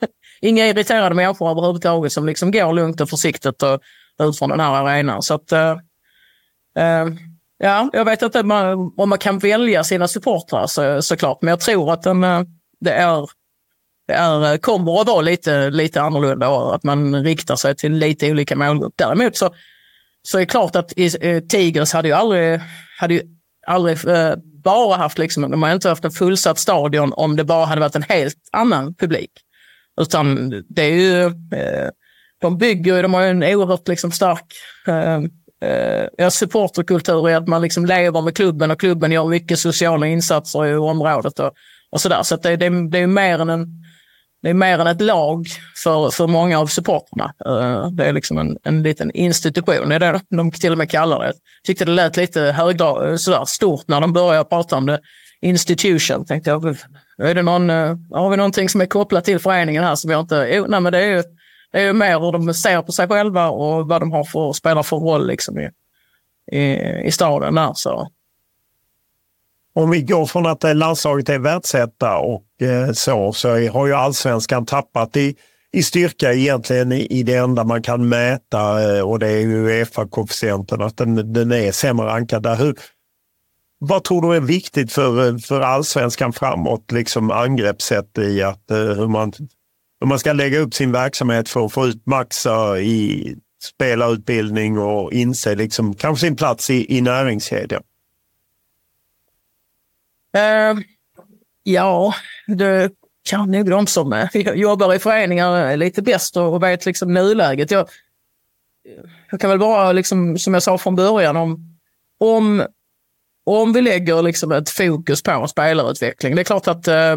inga irriterade människor överhuvudtaget som liksom går lugnt och försiktigt och, ut från den här arenan. Så att, uh, uh, ja, jag vet inte man, om man kan välja sina supportrar så, såklart, men jag tror att den, uh, det är Det är, kommer att vara lite, lite annorlunda och att man riktar sig till lite olika målgrupper. Däremot så, så är det klart att eh, Tigers hade ju aldrig, hade ju aldrig eh, bara haft, liksom, de har inte haft en fullsatt stadion om det bara hade varit en helt annan publik. Utan det är ju, eh, de bygger ju, de har ju en oerhört liksom, stark eh, eh, supporterkultur i att man liksom lever med klubben och klubben gör mycket sociala insatser i området och, och sådär. Så att det, det, det är mer än en Det är mer än ett lag för, för många av supporterna. Uh, det är liksom en, en liten institution. Det är det de till och med kallar det. Jag tyckte det lät lite högdra, sådär stort när de började prata om det. Institution. Tänkte jag, är det någon, uh, har vi någonting som är kopplat till föreningen här som jag inte... Jo, nej, men det är ju, det är ju mer hur de ser på sig själva och vad de har för spelar för roll liksom i, i, i staden där. Så. Om vi går från att landslaget är världsetta och eh, så, så har ju allsvenskan tappat i, i styrka egentligen i, i det enda man kan mäta eh, och det är ju UEFA-koefficienten, att den, den är sämre rankad där. Hur, vad tror du är viktigt för, för allsvenskan framåt, liksom angreppssätt i att eh, hur, man, hur man ska lägga upp sin verksamhet för att få ut max i spelarutbildning och inse liksom, kanske sin plats i, i näringskedjan? Uh, ja, det kan nog de som uh, jobbar i föreningar lite bäst och, och vet liksom nuläget. Jag, jag kan väl bara, liksom, som jag sa från början, om, om, om vi lägger liksom ett fokus på spelarutveckling. Det är klart att, uh,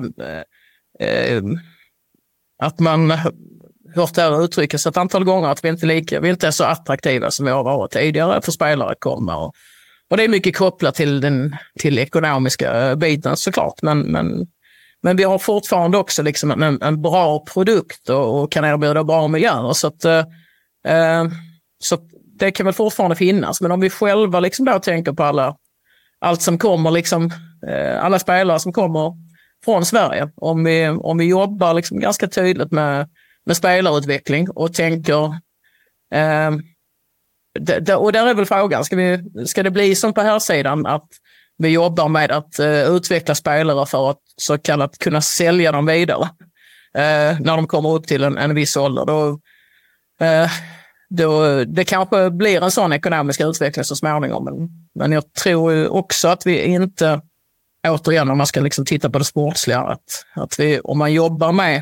uh, att man hört det här uttrycket ett antal gånger att vi inte, lika, vi inte är så attraktiva som vi har varit tidigare för spelare att komma och Och det är mycket kopplat till den till ekonomiska biten såklart. Men, men, men vi har fortfarande också liksom en, en bra produkt och, och kan erbjuda bra miljöer. Så, att, eh, så att det kan väl fortfarande finnas. Men om vi själva liksom då tänker på alla, allt som kommer, liksom, eh, alla spelare som kommer från Sverige. Om vi, om vi jobbar liksom ganska tydligt med, med spelarutveckling och tänker... Eh, Det, det, och där är väl frågan, ska, vi, ska det bli som på här sidan att vi jobbar med att uh, utveckla spelare för att så kallat kunna sälja dem vidare uh, när de kommer upp till en, en viss ålder. Då, uh, då, det kanske blir en sån ekonomisk utveckling så småningom. Men, men jag tror också att vi inte, återigen om man ska liksom titta på det sportsliga, att, att vi, om man jobbar med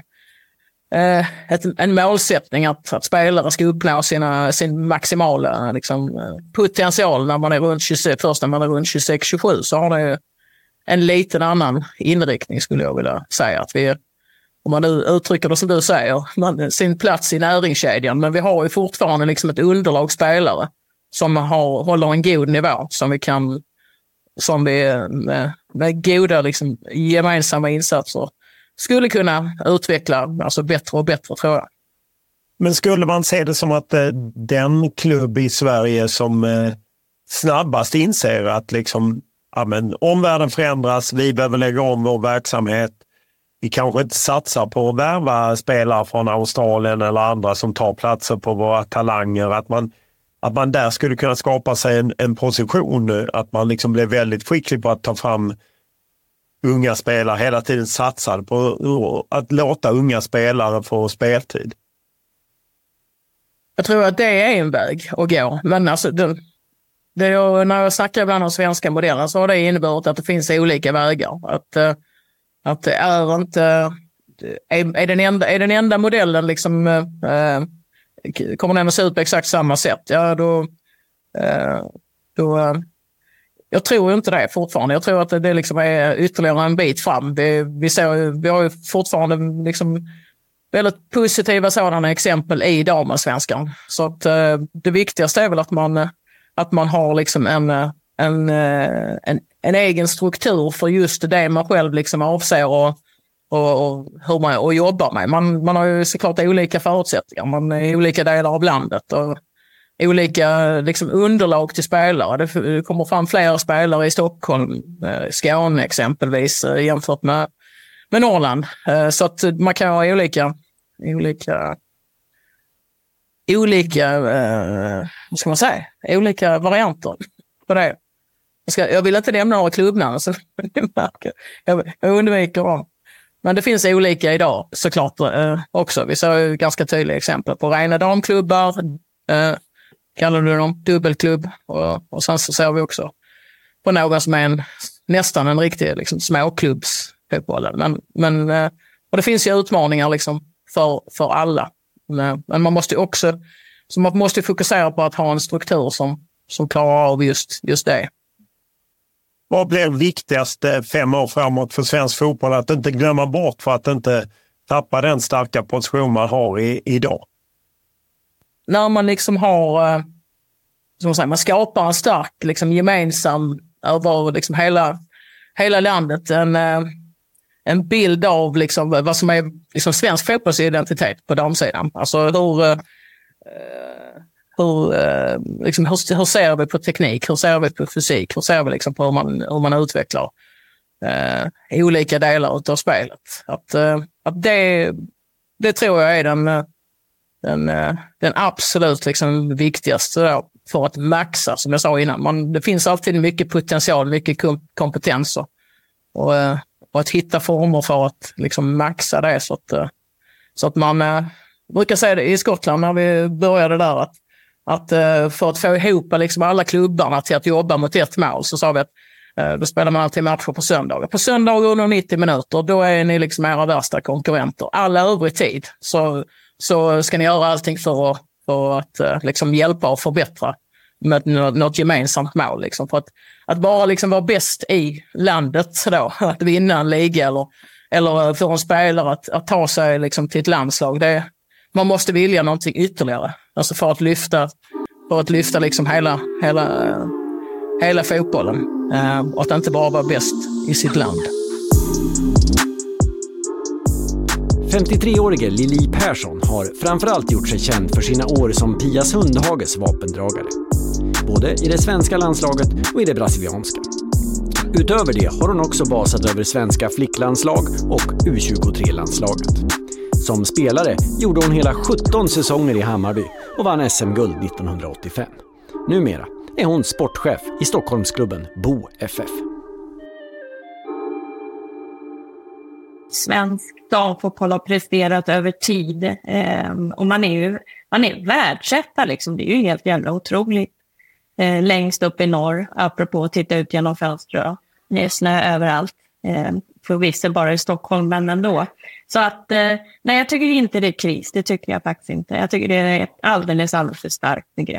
Ett, en målsättning att, att spelare ska uppnå sina, sin maximala liksom, potential när man är runt tjugosex, först när man är runt tjugosex tjugosju, så har det en liten annan inriktning skulle jag vilja säga. Att vi, om man nu uttrycker det som du säger, man, sin plats i näringskedjan, men vi har ju fortfarande liksom ett underlag spelare som har, håller en god nivå som vi kan, som vi med, med goda liksom, gemensamma insatser skulle kunna utveckla alltså bättre och bättre, tror jag. Men skulle man se det som att eh, den klubb i Sverige som eh, snabbast inser att liksom, ja, men, omvärlden förändras, vi behöver lägga om vår verksamhet, vi kanske inte satsar på att värva spelare från Australien eller andra som tar platser på våra talanger, att man, att man där skulle kunna skapa sig en, en position, att man liksom blir väldigt skicklig på att ta fram unga spelare, hela tiden satsar på att låta unga spelare få speltid. Jag tror att det är en väg att gå. Men alltså, det, det är, när jag snackar ibland om svenska modeller så har det inneburit att det finns olika vägar. Att, att det är inte... Är, är, den, enda, är den enda modellen liksom... Eh, kommer den att se ut på exakt samma sätt? Ja, då... Eh, då Jag tror inte det fortfarande. Jag tror att det liksom är ytterligare en bit fram. Vi, vi, ser, vi har ju fortfarande liksom väldigt positiva sådana exempel i damallsvenskan. Så att, uh, det viktigaste är väl att man, att man har liksom en, en, en, en egen struktur för just det man själv liksom avser och, och, och hur man och jobbar med. Man, man har ju såklart olika förutsättningar. Man är i olika delar av landet och olika liksom, underlag till spelare. Det kommer fram fler spelare i Stockholm, Skåne exempelvis, jämfört med, med Norrland. Så att man kan ha olika, olika olika, eh, vad ska man säga, olika varianter på det. Jag, ska, jag vill inte nämna några klubbnamn, så jag, jag undviker dem. Men det finns olika idag såklart eh, också. Vi ser ju ganska tydliga exempel på rena damklubbar, eh, kallar du dem, dubbelklubb. Och, och sen så ser vi också på någon som är en, nästan en riktig liksom, småklubbsfotboll. Men, men, eh, och det finns ju utmaningar liksom, för, för alla. Men, men man måste också så man måste fokusera på att ha en struktur som, som klarar av just, just det. Vad blir viktigast fem år framåt för svensk fotboll? Att inte glömma bort för att inte tappa den starka position man har i, idag. När man liksom har, som man säger, man skapar en stark liksom, gemensam över liksom hela, hela landet. En, en bild av liksom, vad som är liksom, svensk fotbollsidentitet på damsidan. Alltså hur... Uh, Hur, liksom, hur, hur ser vi på teknik? Hur ser vi på fysik? Hur ser vi liksom på hur man, hur man utvecklar eh, olika delar av spelet? Att, eh, att det, det tror jag är den, den, den absolut liksom, viktigaste då, för att maxa, som jag sa innan. Man, det finns alltid mycket potential, mycket kom- kompetenser. Och, eh, och att hitta former för att liksom, maxa det så att, eh, så att man... Eh, jag brukar säga det i Skottland när vi började där att, att för att få ihop liksom alla klubbarna till att jobba mot ett mål så sa vi att då spelar man alltid matcher på söndagar. På söndagar under nittio minuter då är ni liksom era värsta konkurrenter. All övrig tid så, så ska ni göra allting för att, för att liksom hjälpa och förbättra med något gemensamt mål. Liksom. För att, att bara liksom vara bäst i landet då, att vinna en liga eller, eller för en spelare att, att ta sig liksom till ett landslag, det man måste vilja någonting ytterligare. Alltså för att lyfta, för att lyfta liksom hela, hela, hela fotbollen. Uh, och att inte bara vara bäst i sitt land. femtiotre-årige Lili Persson har framförallt gjort sig känd för sina år som Pia Sundhages vapendragare. Både i det svenska landslaget och i det brasilianska. Utöver det har hon också basat över svenska flicklandslag och U tjugotre-landslaget. Som spelare gjorde hon hela sjutton säsonger i Hammarby och vann S M-guld nittonhundraåttiofem. Numera är hon sportchef i Stockholmsklubben Bo F F. Svensk damfotboll har presterat över tid eh, och man är ju man är världsetta liksom. Det är ju helt jävla otroligt. Eh, längst upp i norr, apropå att titta ut genom fönstret. Det är snö överallt. Eh, förvisso bara i Stockholm, men ändå. Så att, eh, nej, jag tycker inte det är kris. Det tycker jag faktiskt inte. Jag tycker det är ett alldeles, alldeles för starkt begrepp.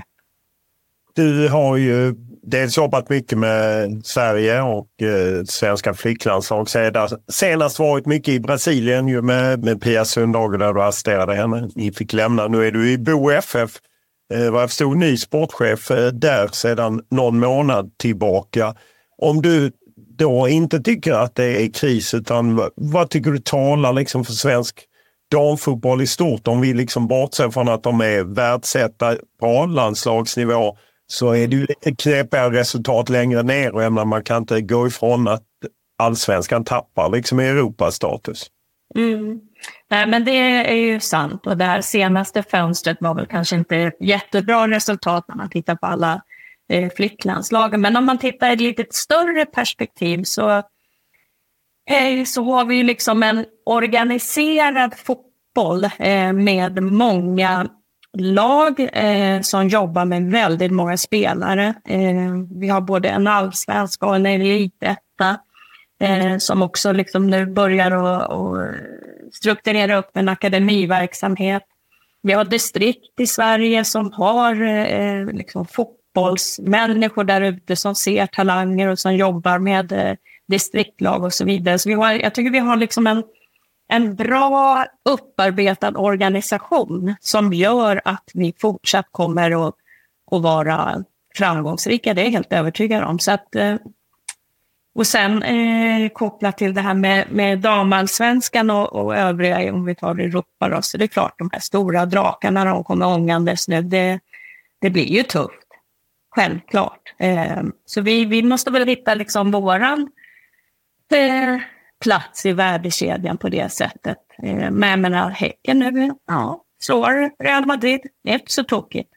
Du har ju dels jobbat mycket med Sverige och eh, svenska flicklandslag. Senast varit mycket i Brasilien ju med, med Pia Sundhage där du assisterade henne. Ni fick lämna. Nu är du i Bo F F. Eh, vad jag förstod, ny sportchef eh, där sedan någon månad tillbaka. Om du då inte tycker att det är kris, utan vad, vad tycker du talar liksom för svensk damfotboll i stort? Om vi liksom bortser från att de är världsetta på landslagsnivå, så är det ju lite knepiga resultat längre ner, och ämnar man kan inte gå ifrån att allsvenskan tappar liksom i Europas status. Mm. Nej, men det är ju sant, och det här senaste fönstret var väl kanske inte jättebra resultat när man tittar på alla eh, flicklandslagen, men om man tittar i ett lite större perspektiv så, eh, så har vi ju liksom en organiserad fotboll eh, med många lag eh, som jobbar med väldigt många spelare. Eh, vi har både en allsvensk och en elitetta eh, som också liksom nu börjar att, att strukturera upp en akademiverksamhet. Vi har distrikt i Sverige som har eh, liksom fotbollsmänniskor där ute som ser talanger och som jobbar med eh, distriktlag och så vidare. Så vi har, jag tycker vi har liksom en En bra upparbetad organisation som gör att vi fortsatt kommer att, att vara framgångsrika. Det är jag helt övertygad om. Så att, och sen eh, kopplat till det här med, med damallsvenskan och, och övriga, om vi tar Europa då, så det är klart de här stora drakarna, de kommer ångandes nu. Det, det blir ju tufft, självklart. Eh, så vi, vi måste väl hitta liksom våran... Eh, plats i värdekedjan på det sättet. Eh, men jag menar, Häcken nu, ja, slår Real Madrid, det är inte så tokigt.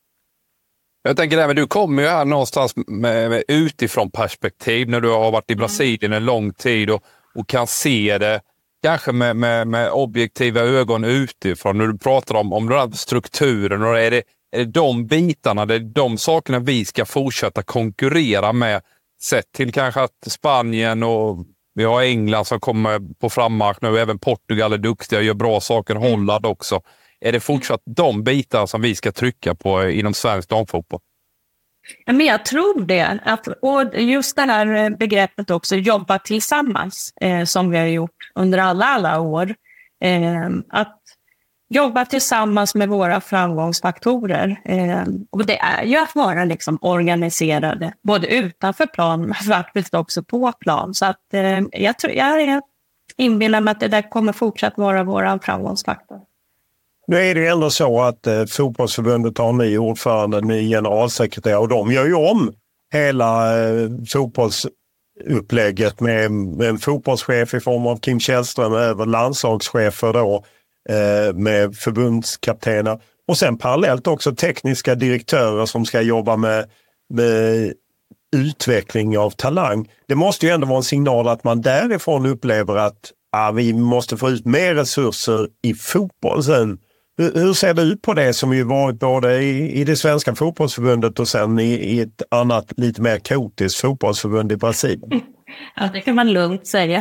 Jag tänker även, du kommer ju här någonstans med, med utifrån perspektiv när du har varit i Brasilien en lång tid och, och kan se det kanske med, med, med objektiva ögon utifrån. När du pratar om, om den här strukturen, och är det, är det de bitarna, det är de sakerna vi ska fortsätta konkurrera med, sett till kanske att Spanien och vi har England som kommer på frammarsch nu, även Portugal är duktiga och gör bra saker, Holland också. Är det fortsatt de bitar som vi ska trycka på inom svensk damfotboll? Men jag tror det. Att, och just det här begreppet också, jobba tillsammans, eh, som vi har gjort under alla, alla år. Eh, att jobba tillsammans med våra framgångsfaktorer. Eh, och det är ju att vara liksom organiserade, både utanför plan men faktiskt också på plan. Så att eh, jag, tror, jag inbillar mig att det där kommer fortsatt vara våra framgångsfaktor. Nu är det ändå så att eh, fotbollsförbundet har en ny ordförande, en ny generalsekreterare, och de gör ju om hela eh, fotbollsupplägget med, med en fotbollschef i form av Kim Källström, över landslagschefer då, eh, med förbundskaptener, och sen parallellt också tekniska direktörer som ska jobba med, med utveckling av talang. Det måste ju ändå vara en signal att man därifrån upplever att ah, vi måste få ut mer resurser i fotboll sen. Hur, hur ser det ut på det som ju varit både i, i det svenska fotbollsförbundet och sen i, i ett annat lite mer kaotiskt fotbollsförbund i Brasilien? Ja, det kan man lugnt säga.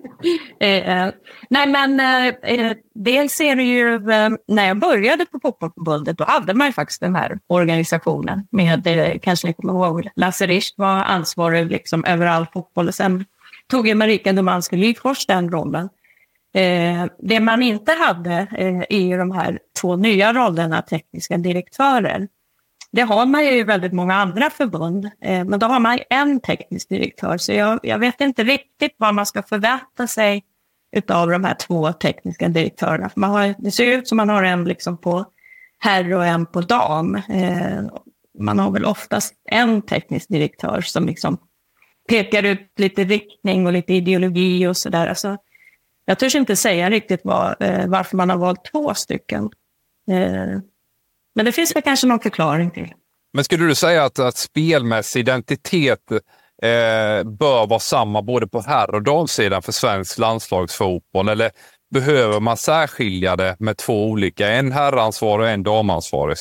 eh, nej men eh, dels är det ju, eh, när jag började på fotbollsförbundet, då hade man ju faktiskt den här organisationen med, eh, kanske ni kommer ihåg, Lasse Richt var ansvarig liksom över all fotboll, och sen tog ju Marika Domanski-Lyfors den rollen. Eh, det man inte hade eh, är ju de här två nya rollerna, tekniska direktörer. Det har man ju i väldigt många andra förbund, eh, men då har man en teknisk direktör. Så jag, jag vet inte riktigt vad man ska förvänta sig utav de här två tekniska direktörerna. Man har, det ser ut som man har en liksom på herr och en på dam. Eh, man har väl oftast en teknisk direktör som liksom pekar ut lite riktning och lite ideologi och sådär. Alltså, jag törs inte säga riktigt var, eh, varför man har valt två stycken. Eh, men det finns väl kanske någon förklaring till. Men skulle du säga att, att spelmässig identitet eh, bör vara samma både på herr- och damsidan för svensk landslagsfotboll? Eller behöver man särskilja det med två olika, en herransvarig och en damansvarig?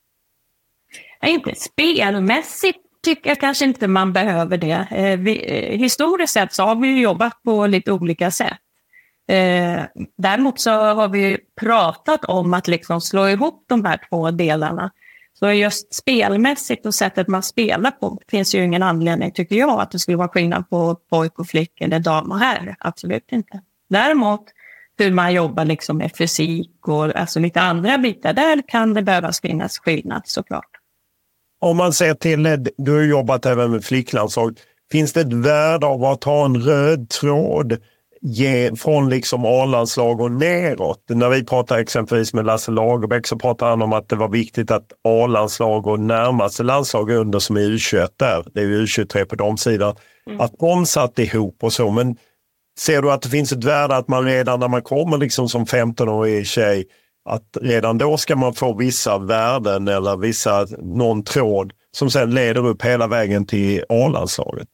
Ja, inte spelmässigt tycker jag kanske inte man behöver det. Eh, vi, eh, historiskt sett så har vi ju jobbat på lite olika sätt. Eh, däremot så har vi pratat om att liksom slå ihop de här två delarna. Så just spelmässigt och sättet man spelar på finns ju ingen anledning, tycker jag, att det skulle vara skillnad på pojk och flick eller dam och herr. Absolut inte. Däremot hur man jobbar liksom med fysik och alltså lite andra bitar, där kan det behövas finnas skillnad såklart. Om man ser till, du har jobbat även med flicklandslag, finns det ett värde av att ha en röd tråd ge, från liksom A-landslag och neråt? När vi pratar exempelvis med Lasse Lagerbäck så pratar han om att det var viktigt att A-landslag och närmaste landslag under som är U tjugoett där, det är ju U tjugotre på de sidan, mm. att de satt ihop och så. Men ser du att det finns ett värde att man redan när man kommer liksom som femton-årig tjej, att redan då ska man få vissa värden eller vissa, någon tråd som sen leder upp hela vägen till A-landslaget?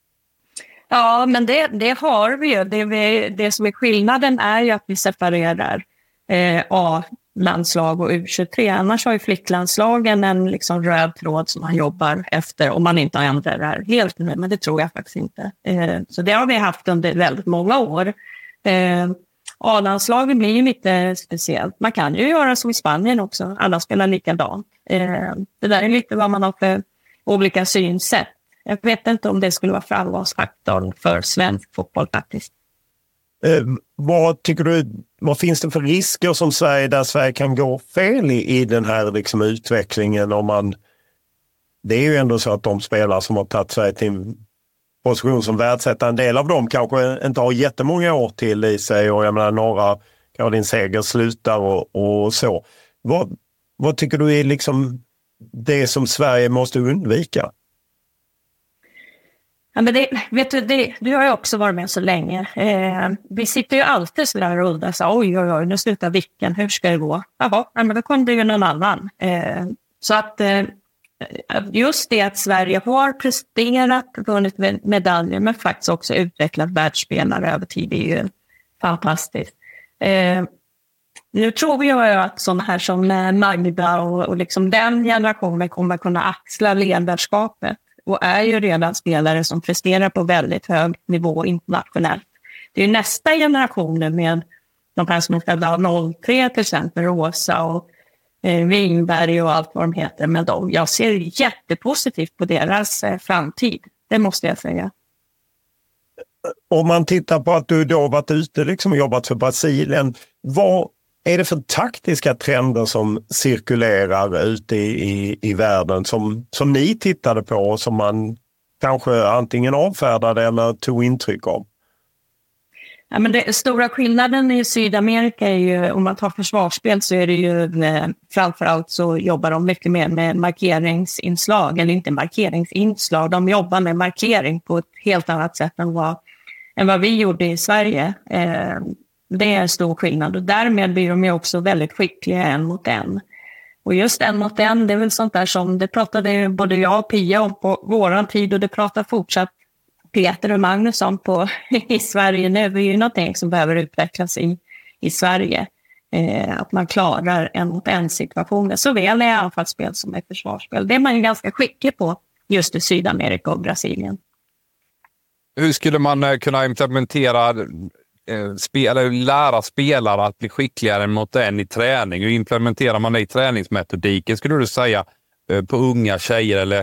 Ja, men det, det har vi ju. Det, vi, det som är skillnaden är ju att vi separerar eh, A-landslag och U tjugotre. Annars har ju flicklandslagen en liksom röd tråd som man jobbar efter om man inte ändrar det här helt nu. Men det tror jag faktiskt inte. Eh, så det har vi haft under väldigt många år. Eh, A-landslaget blir ju lite speciellt. Man kan ju göra som i Spanien också. Alla spelar likadant. Eh, det där är lite vad man har för olika synsätt. Jag vet inte om det skulle vara framgångsfaktorn för svensk fotboll faktiskt. Eh, vad tycker du, vad finns det för risker som Sverige, där Sverige kan gå fel i, i den här liksom utvecklingen? Om man, det är ju ändå så att de spelare som har tagit sig till en position som världsätter, en del av dem kanske inte har jättemånga år till i sig, och jag menar några, Caroline Seger slutar och, och så. Vad, vad tycker du är liksom det som Sverige måste undvika? Ja, men det, vet du, det, du har ju också varit med så länge. Eh, vi sitter ju alltid så där och undrar, så, oj, oj, oj, nu slutar vicken, hur ska det gå? Jaha, men då kunde ju någon annan. Eh, så att eh, just det att Sverige har presterat, vunnit medaljer, men faktiskt också utvecklat världsspelare över tid är ju fantastiskt. Eh, nu tror jag att sådana här som Magda och, och liksom den generationen kommer kunna axla ledarskapet. Och är ju redan spelare som presterar på väldigt hög nivå internationellt. Det är ju nästa generation med de här som är födda noll tre till exempel, Rosa och eh, Wingberg och allt vad de heter. Men de, jag ser jättepositivt på deras eh, framtid, det måste jag säga. Om man tittar på att du då varit ute liksom och jobbat för Brasilien, vad är det för taktiska trender som cirkulerar ute i, i, i världen som, som ni tittade på och som man kanske antingen avfärdade eller tog intryck av? Ja, men det, stora skillnaden i Sydamerika är ju, om man tar försvarsspel så är det ju eh, framförallt så jobbar de mycket mer med markeringsinslag, eller inte markeringsinslag, de jobbar med markering på ett helt annat sätt än vad, än vad vi gjorde i Sverige. Eh, Det är en stor skillnad och därmed blir de ju också väldigt skickliga en mot en. Och just en mot en, det är väl sånt där som det pratade både jag och Pia om på våran tid och det pratar fortsatt Peter och Magnus om på, i Sverige nu. Det är ju någonting som behöver utvecklas i, i Sverige. Eh, att man klarar en mot en situationer såväl i anfallsspel som i försvarsspel. Det är man ju ganska skicklig på just i Sydamerika och Brasilien. Hur skulle man kunna implementera Spela, lära spelare att bli skickligare mot en i träning? Hur implementerar man det i träningsmetodiken skulle du säga på unga tjejer eller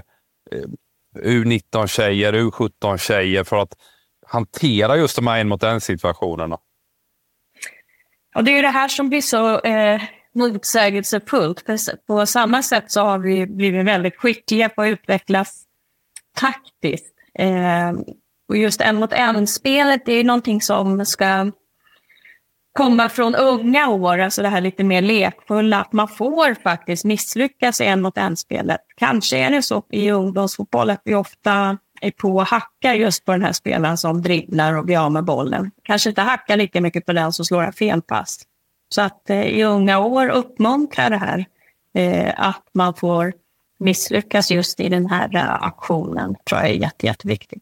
U nitton tjejer, U sjutton tjejer för att hantera just de här en mot en situationerna? Och det är ju det här som blir så eh, motsägelsefullt. På samma sätt så har vi blivit väldigt skickliga på att utvecklas taktiskt. Eh, Och just en mot en-spelet, det är någonting som ska komma från unga år, alltså det här lite mer lekfulla, att man får faktiskt misslyckas i en mot en-spelet. Kanske är det så i ungdomsfotboll att vi ofta är på att hacka just på den här spelaren som dribblar och blir av med bollen. Kanske inte hacka lika mycket på den som slår en felpass. Så att eh, i unga år uppmuntrar det här eh, att man får misslyckas just i den här uh, aktionen, tror jag är jätte, jätteviktigt.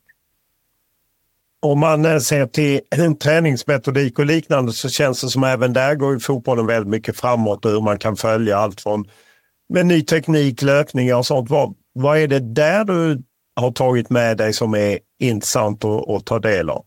Om man ser till en träningsmetodik och liknande så känns det som även där går fotbollen väldigt mycket framåt och hur man kan följa allt från med ny teknik, löpningar och sånt. Vad, vad är det där du har tagit med dig som är intressant att, att ta del av?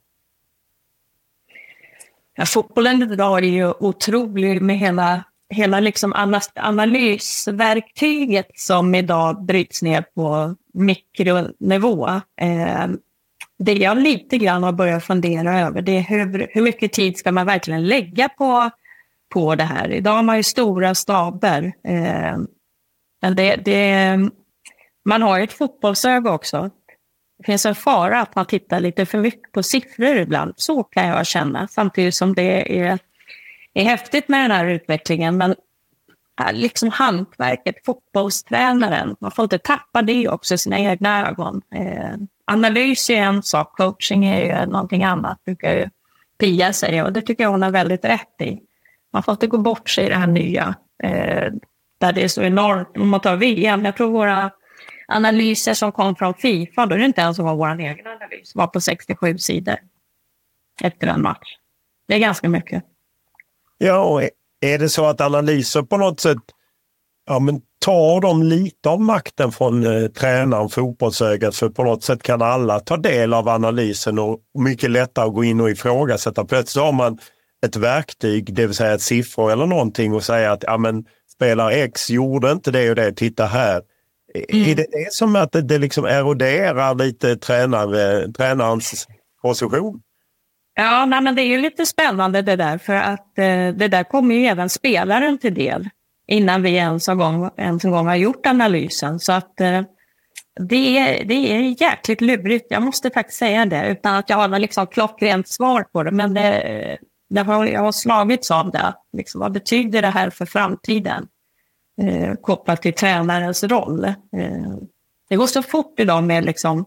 Ja, fotbollen idag är ju otrolig med hela, hela liksom analysverktyget som idag bryts ner på mikronivå. Eh, Det jag lite grann har börjat fundera över det är hur, hur mycket tid ska man verkligen lägga på, på det här. Idag har man ju stora staber. Eh, men det, det, man har ju ett fotbollsöga också. Det finns en fara att man tittar lite för mycket på siffror ibland. Så kan jag känna. Samtidigt som det är, är häftigt med den här utvecklingen. Men liksom hantverket, fotbollstränaren, man får inte tappa det också i sina egna ögon. Eh, analys är en sak, coaching är ju någonting annat, brukar ju Pia säga, och det tycker jag hon har väldigt rätt i. Man får inte gå bort sig i det här nya, eh, där det är så enormt. Om man tar V M, jag tror våra analyser som kom från FIFA, då är det inte ens var vår egen analys, var på sextiosju sidor efter en match. Det är ganska mycket. Ja, och är det så att analyser på något sätt ja, men tar de lite av makten från eh, tränaren, fotbollsögat, för på något sätt kan alla ta del av analysen och mycket lättare att gå in och ifrågasätta. Plötsligt har man ett verktyg, det vill säga ett siffror eller någonting och säga att ja, men, spelare X gjorde inte det och det, titta här. Mm. Är det, det som att det, det liksom eroderar lite tränare, tränarens position? Ja, nej, men det är ju lite spännande det där, för att eh, det där kommer ju även spelaren till del innan vi ens en gång, ens en gång har gjort analysen. Så att eh, det, är, det är jäkligt lurigt, jag måste faktiskt säga det, utan att jag har liksom klockrent svar på det. Men det, det har, jag har slagits av det. Liksom, vad betyder det här för framtiden? Eh, kopplat till tränarens roll. Eh, det går så fort idag med liksom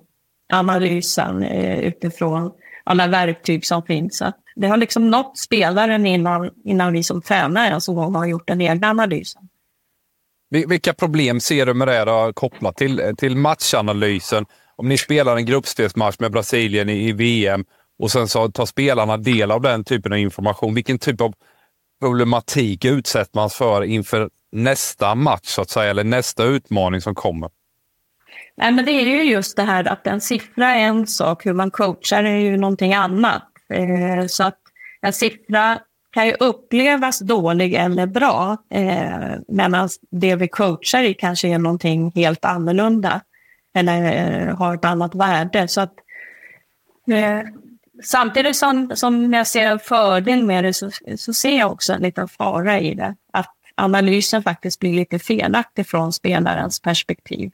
analysen eh, utifrån alla verktyg som finns. Så att det har liksom nått spelaren innan, innan vi som tränare alltså har gjort den egna analysen. Vilka problem ser du med det då, kopplat till, till matchanalysen? Om ni spelar en gruppspelsmatch med Brasilien i, i V M och sen så tar spelarna del av den typen av information. Vilken typ av problematik utsätter man för inför nästa match så att säga, eller nästa utmaning som kommer? Nej, men det är ju just det här att en siffra är en sak, hur man coachar är ju någonting annat. Eh, så att en siffra kan ju upplevas dålig eller bra, eh, medan det vi coachar i kanske är någonting helt annorlunda eller eh, har ett annat värde. Så att, eh, samtidigt som, som jag ser en fördel med det så, så ser jag också en liten fara i det. Att analysen faktiskt blir lite felaktig från spelarens perspektiv.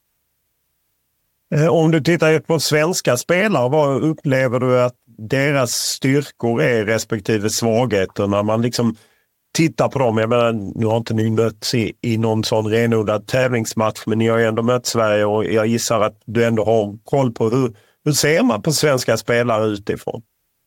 Om du tittar på svenska spelare, vad upplever du att deras styrkor är respektive svagheter när man liksom tittar på dem? Jag menar, nu har inte ni mötts i, i någon sån renodlad tävlingsmatch, men ni har ju ändå mött Sverige och jag gissar att du ändå har koll på hur, hur ser man på svenska spelare utifrån?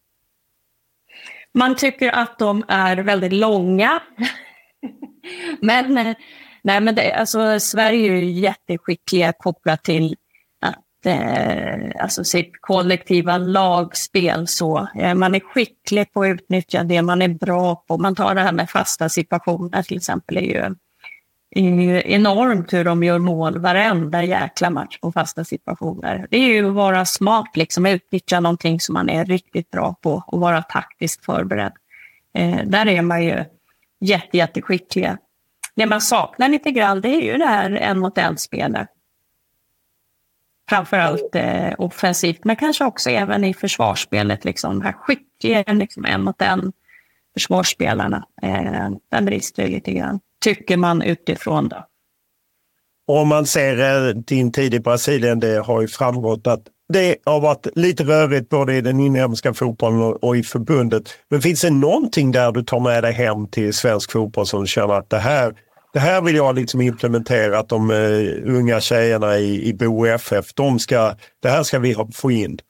Man tycker att de är väldigt långa. men nej, men det, alltså, Sverige är ju jätteskickliga kopplat till Eh, alltså sitt kollektiva lagspel. Så. Eh, man är skicklig på att utnyttja det man är bra på. Man tar det här med fasta situationer till exempel. Det är ju, är ju enormt hur de gör mål varenda jäkla match på fasta situationer. Det är ju att vara smart, liksom, utnyttja någonting som man är riktigt bra på och vara taktiskt förberedd. Eh, där är man ju jätte, jätteskickliga. Det man saknar lite grann, det är ju det här en mot en spelet. Framförallt eh, offensivt, men kanske också även i försvarsspelet. Liksom, här skickliga liksom, en mot en försvarsspelarna. Eh, den brister lite grann, tycker man utifrån då. Om man ser eh, din tid i Brasilien, det har ju framgått att det har varit lite rörigt både i den inhemska fotbollen och, och i förbundet. Men finns det någonting där du tar med dig hem till svensk fotboll som känner att det här Det här vill jag liksom implementera, att de uh, unga tjejerna i, i B O F F, de ska, det här ska vi ha, få in?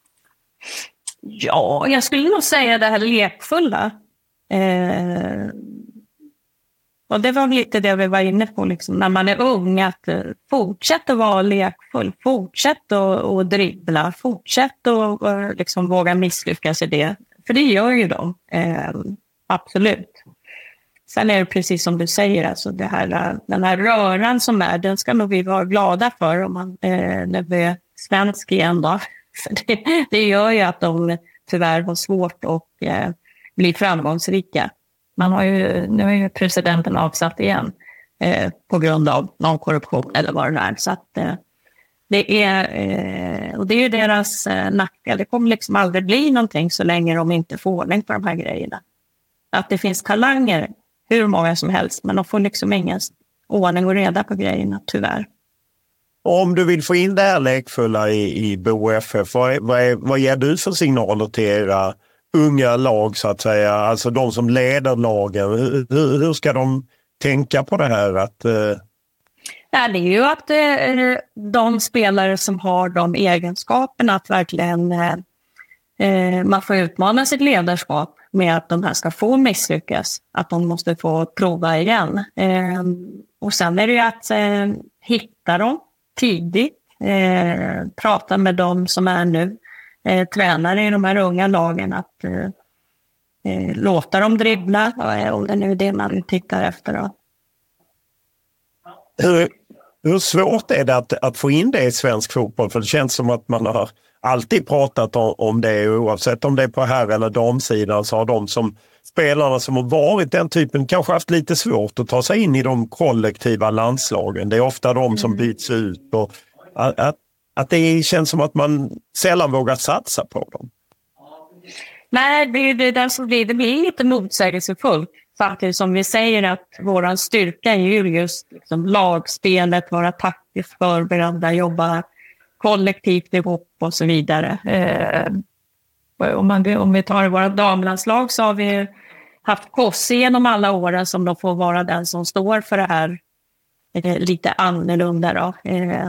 Ja, jag skulle nog säga det här lekfulla. Eh, och det var lite det vi var inne på, liksom, när man är ung, att uh, fortsätta vara lekfull, fortsätta att dribbla, fortsätta att uh, liksom, våga misslyckas i det. För det gör ju de, eh, absolut. Sen är det precis som du säger, alltså det här, den här röran som är, den ska nog vi vara glada för om man, eh, när vi är svensk igen då. För det, det gör ju att de tyvärr har svårt att eh, bli framgångsrika. Man har ju, nu är ju presidenten avsatt igen eh, på grund av någon korruption eller vad det är. Så att eh, det är, eh, och det är ju deras eh, nackdel. Det kommer liksom aldrig bli någonting så länge de inte får ordning på de här grejerna. Att det finns talanger, hur många som helst, men de får liksom ingen ordning och reda på grejerna, tyvärr. Om du vill få in det här lekfulla i, i B O F F, vad, vad, är, vad ger du för signaler till era unga lag så att säga, alltså de som leder lagen? Hur, hur ska de tänka på det här? Att, eh... ja, det är ju att eh, de spelare som har de egenskaperna att verkligen eh, man får utmana sitt ledarskap med att de här ska få misslyckas, att de måste få prova igen. Eh, och sen är det ju att eh, hitta dem tidigt, eh, prata med dem som är nu eh, tränare i de här unga lagen, att eh, eh, låta dem dribbla, om det nu är det man tittar efter då. Hur, hur svårt är det att, att få in det i svensk fotboll? För det känns som att man har alltid pratat om, om det, oavsett om det är på herr- eller damsidan, så har de som spelarna som har varit den typen kanske haft lite svårt att ta sig in i de kollektiva landslagen. Det är ofta de som byts ut och att, att, att det känns som att man sällan vågar satsa på dem. Nej, det är det där som blir, det blir lite motsägelsefullt. Samtidigt som vi säger att våran styrka är ju just liksom lagspelet, vara taktiskt förberedda, jobba kollektivt ihop och så vidare. Eh, om, man, om vi tar våra damlandslag så har vi haft Kosse genom alla åren som då får vara den som står för det här eh, lite annorlunda. Då. Eh,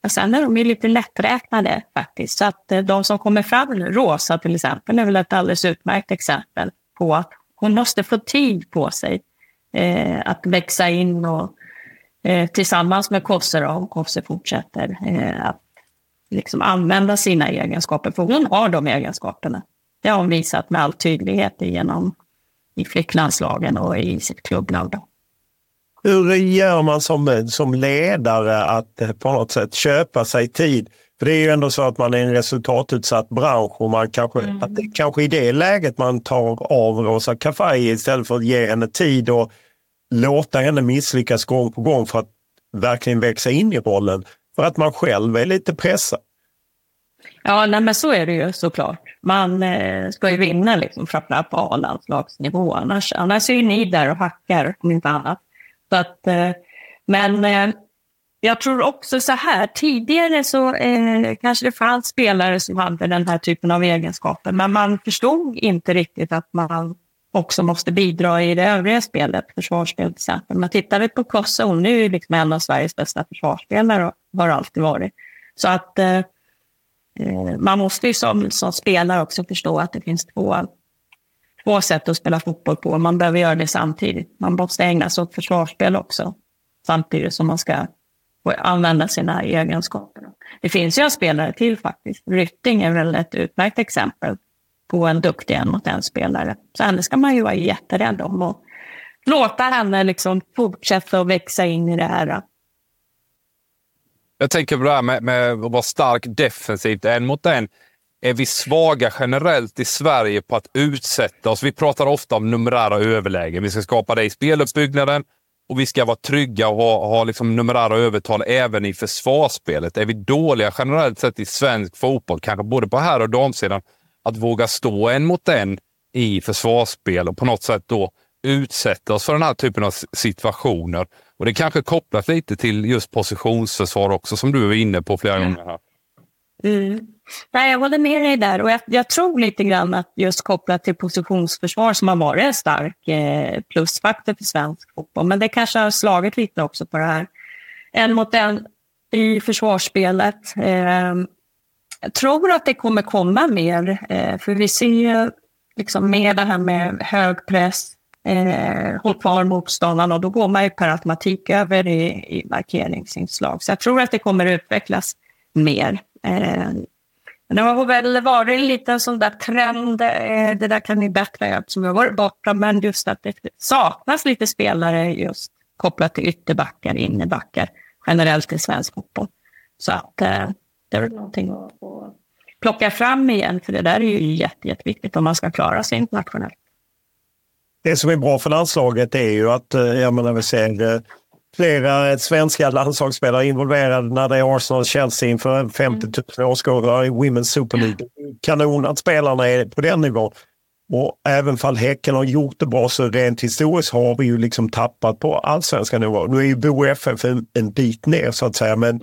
Och sen är de ju lite lätträknade faktiskt. Så att eh, de som kommer fram nu, Rosa till exempel, är väl ett alldeles utmärkt exempel på att hon måste få tid på sig eh, att växa in och eh, tillsammans med Kosse då, om Kosse fortsätter eh, att liksom använda sina egenskaper. För hon har de egenskaperna. Det har hon visat med all tydlighet genom i flicklandslagen och i sitt klubblag då. Hur gör man som, som ledare att på något sätt köpa sig tid? För det är ju ändå så att man är en resultatutsatt bransch och man kanske, mm. att det kanske i det läget man tar av Rosa Kafaji istället för att ge henne tid och låta henne misslyckas gång på gång för att verkligen växa in i rollen. För att man själv är lite pressad. Ja, nej, men så är det ju såklart. Man eh, ska ju vinna liksom, framförallt på A-landslagsnivå. Annars, annars är ju ni där och hackar, om inte annat. Så att, eh, men eh, jag tror också så här, tidigare så eh, kanske det fanns spelare som hade den här typen av egenskaper. Men man förstod inte riktigt att man också måste bidra i det övriga spelet, försvarsspel till exempel. Man tittade på Kosse, hon är ju liksom en av Sveriges bästa försvarsspelare och har alltid varit. Så att eh, man måste ju som, som spelare också förstå att det finns två, två sätt att spela fotboll på. Man behöver göra det samtidigt. Man måste ägna sig åt försvarsspel också, samtidigt som man ska använda sina egenskaper. Det finns ju en spelare till faktiskt. Rytting är väl ett utmärkt exempel på en duktig en mot en spelare. Så henne ska man ju vara jätterädd om och låta henne liksom fortsätta att växa in i det här. Jag tänker på det här med, med att vara stark defensivt. En mot en är vi svaga generellt i Sverige på att utsätta oss. Vi pratar ofta om numerära överlägen. Vi ska skapa det i speluppbyggnaden och vi ska vara trygga och ha, ha liksom numerära övertal även i försvarsspelet. Är vi dåliga generellt sett i svensk fotboll, kanske både på här och damsidan, att våga stå en mot en i försvarsspel och på något sätt då utsätta oss för den här typen av situationer. Och det kanske kopplas lite till just positionsförsvar också, som du är inne på flera gånger här. Mm. Nej, jag håller med dig där och jag, jag tror lite grann att just kopplat till positionsförsvar som har varit en stark eh, plusfaktor för svensk fotboll. Men det kanske har slagit lite också på det här. En mot en i försvarsspelet. Eh, jag tror att det kommer komma mer, eh, för vi ser ju liksom med det här med hög press, eh, håll kvar motståndarna och då går man ju per automatik över i, i markeringsinslag. Så jag tror att det kommer utvecklas mer. Eh, det har väl varit lite en sån där trend, eh, det där kan ni bättre som har varit borta, men just att det saknas lite spelare just kopplat till ytterbackar, innebackar generellt i svensk fotboll. Så att eh, det är någonting att, att plocka fram igen, för det där är ju jätte, jätteviktigt om man ska klara sig internationellt. Det som är bra för landslaget är ju att, jag menar, vi ser flera svenska landslagsspelare involverade när det är Arsenal Chelsea inför femtio tusen åskådare i Women's Super League. Kanon att spelarna är på den nivån. Och även fall Häcken har gjort det bra, så rent historiskt har vi ju liksom tappat på allsvenska nivå. Nu är ju Bo F F en, en bit ner så att säga, men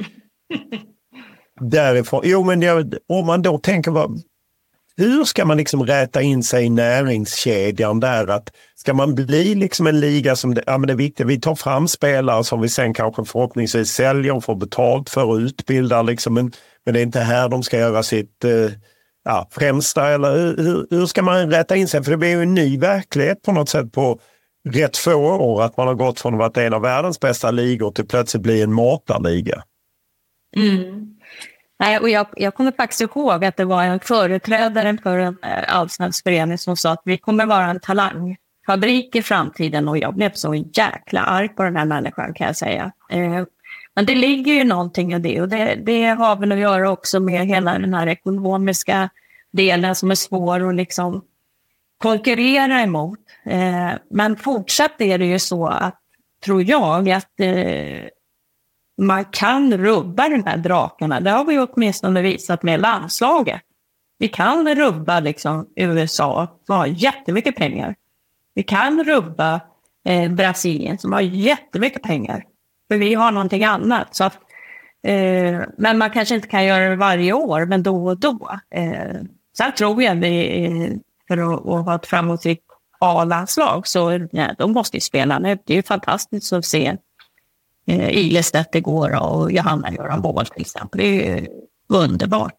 därifrån, jo men jag, om man då tänker vad, hur ska man liksom räta in sig i näringskedjan där, att ska man bli liksom en liga som, ja men det är viktigt, vi tar fram spelare som vi sen kanske förhoppningsvis säljer och får betalt för och utbildar liksom, men, men det är inte här de ska göra sitt eh, ja, främsta, eller hur, hur ska man räta in sig, för det blir ju en ny verklighet på något sätt på rätt få år, att man har gått från att vara en av världens bästa ligor till plötsligt bli en matarliga. Mm. Nej, och jag, jag kommer faktiskt ihåg att det var en företrädare för en allsvensk förening som sa att vi kommer vara en talangfabrik i framtiden, och jag blev så jäkla arg på den här människan, kan jag säga. Eh, men det ligger ju någonting i det, och det, det har väl att göra också med hela den här ekonomiska delen som är svår att liksom konkurrera emot. Eh, men fortsatt är det ju så att, tror jag, att eh, man kan rubba de här drakarna. Det har vi åtminstone visat med landslaget. Vi kan rubba liksom U S A som har jättemycket pengar. Vi kan rubba eh, Brasilien som har jättemycket pengar. För vi har någonting annat. Så att, eh, men man kanske inte kan göra det varje år, men då och då. Eh, sen tror jag vi, för att, att ha ett framåtrikt A-landslag, så ja, de måste ju spela nu. Det är ju fantastiskt att se eh, Ilestedt igår och Johanna göra mål till exempel. Det är underbart.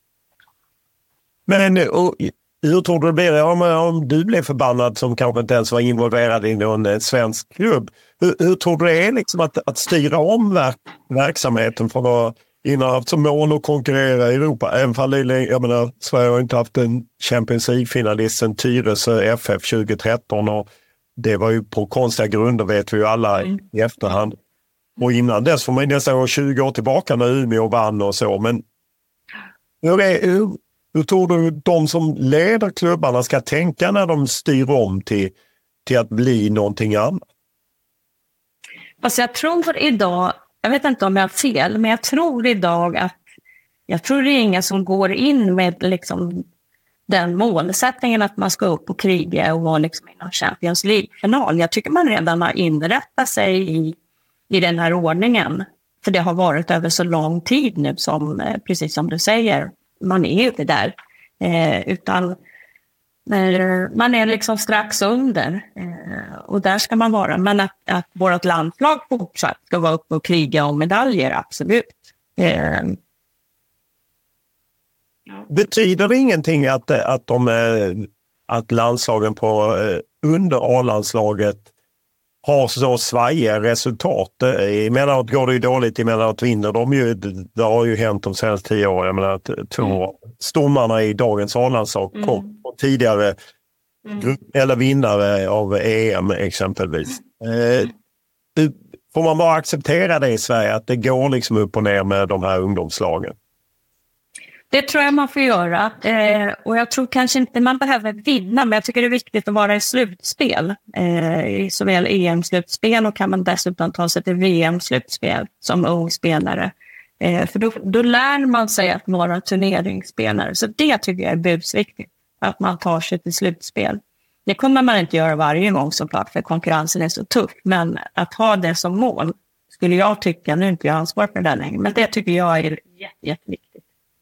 Men och, hur tror du det blir om, om du blev förbannad som kanske inte ens var involverad i någon eh, svensk klubb? Hur, hur tror du det är liksom att, att styra om verk, verksamheten för att innan haft som mål att konkurrera i Europa? Även fall jag menar, Sverige har inte haft en Champions League-finalist sedan Tyresö F F tjugohundratretton och det var ju på konstiga grunder vet vi ju alla mm. i efterhand. Och innan dess får man nästan gå tjugo år tillbaka när Umeå vann och så. Men hur, är, hur, hur tror du de som leder klubbarna ska tänka när de styr om till, till att bli någonting annat? Alltså jag tror idag, jag vet inte om jag har fel, men jag tror idag att jag tror det är inga som går in med liksom den målsättningen att man ska upp och kriga och vara liksom i någon Champions League-final. Jag tycker man redan har inrättat sig i, i den här ordningen. För det har varit över så lång tid nu som, precis som du säger, man är ju inte där. Eh, utan eh, man är liksom strax under. Eh, och där ska man vara. Men att, att vårt landslag fortsatt ska vara uppe och kriga om medaljer, absolut. Eh, Betyder det ingenting att, att, de, att landslagen på under A-landslaget har så svajiga resultat? Emellanåt går det ju dåligt, emellanåt vinner de ju. Det har ju hänt de senaste tio år. Jag menar, två mm. stommarna i dagens A-landslag kom mm. tidigare mm. eller vinnare av E M exempelvis. Eh, får man bara acceptera det i Sverige att det går liksom upp och ner med de här ungdomslagen? Det tror jag man får göra. Eh, och jag tror kanske inte man behöver vinna, men jag tycker det är viktigt att vara i slutspel. Eh, I såväl E M-slutspel och kan man dessutom ta sig till V M-slutspel som ung spelare. Eh, för då, då lär man sig att vara turneringsspelare. Så det tycker jag är busviktigt, att man tar sig till slutspel. Det kommer man inte göra varje gång såklart, för konkurrensen är så tuff. Men att ha det som mål skulle jag tycka, nu är inte jag ansvar för det längre, men det tycker jag är jätte, jätteviktigt.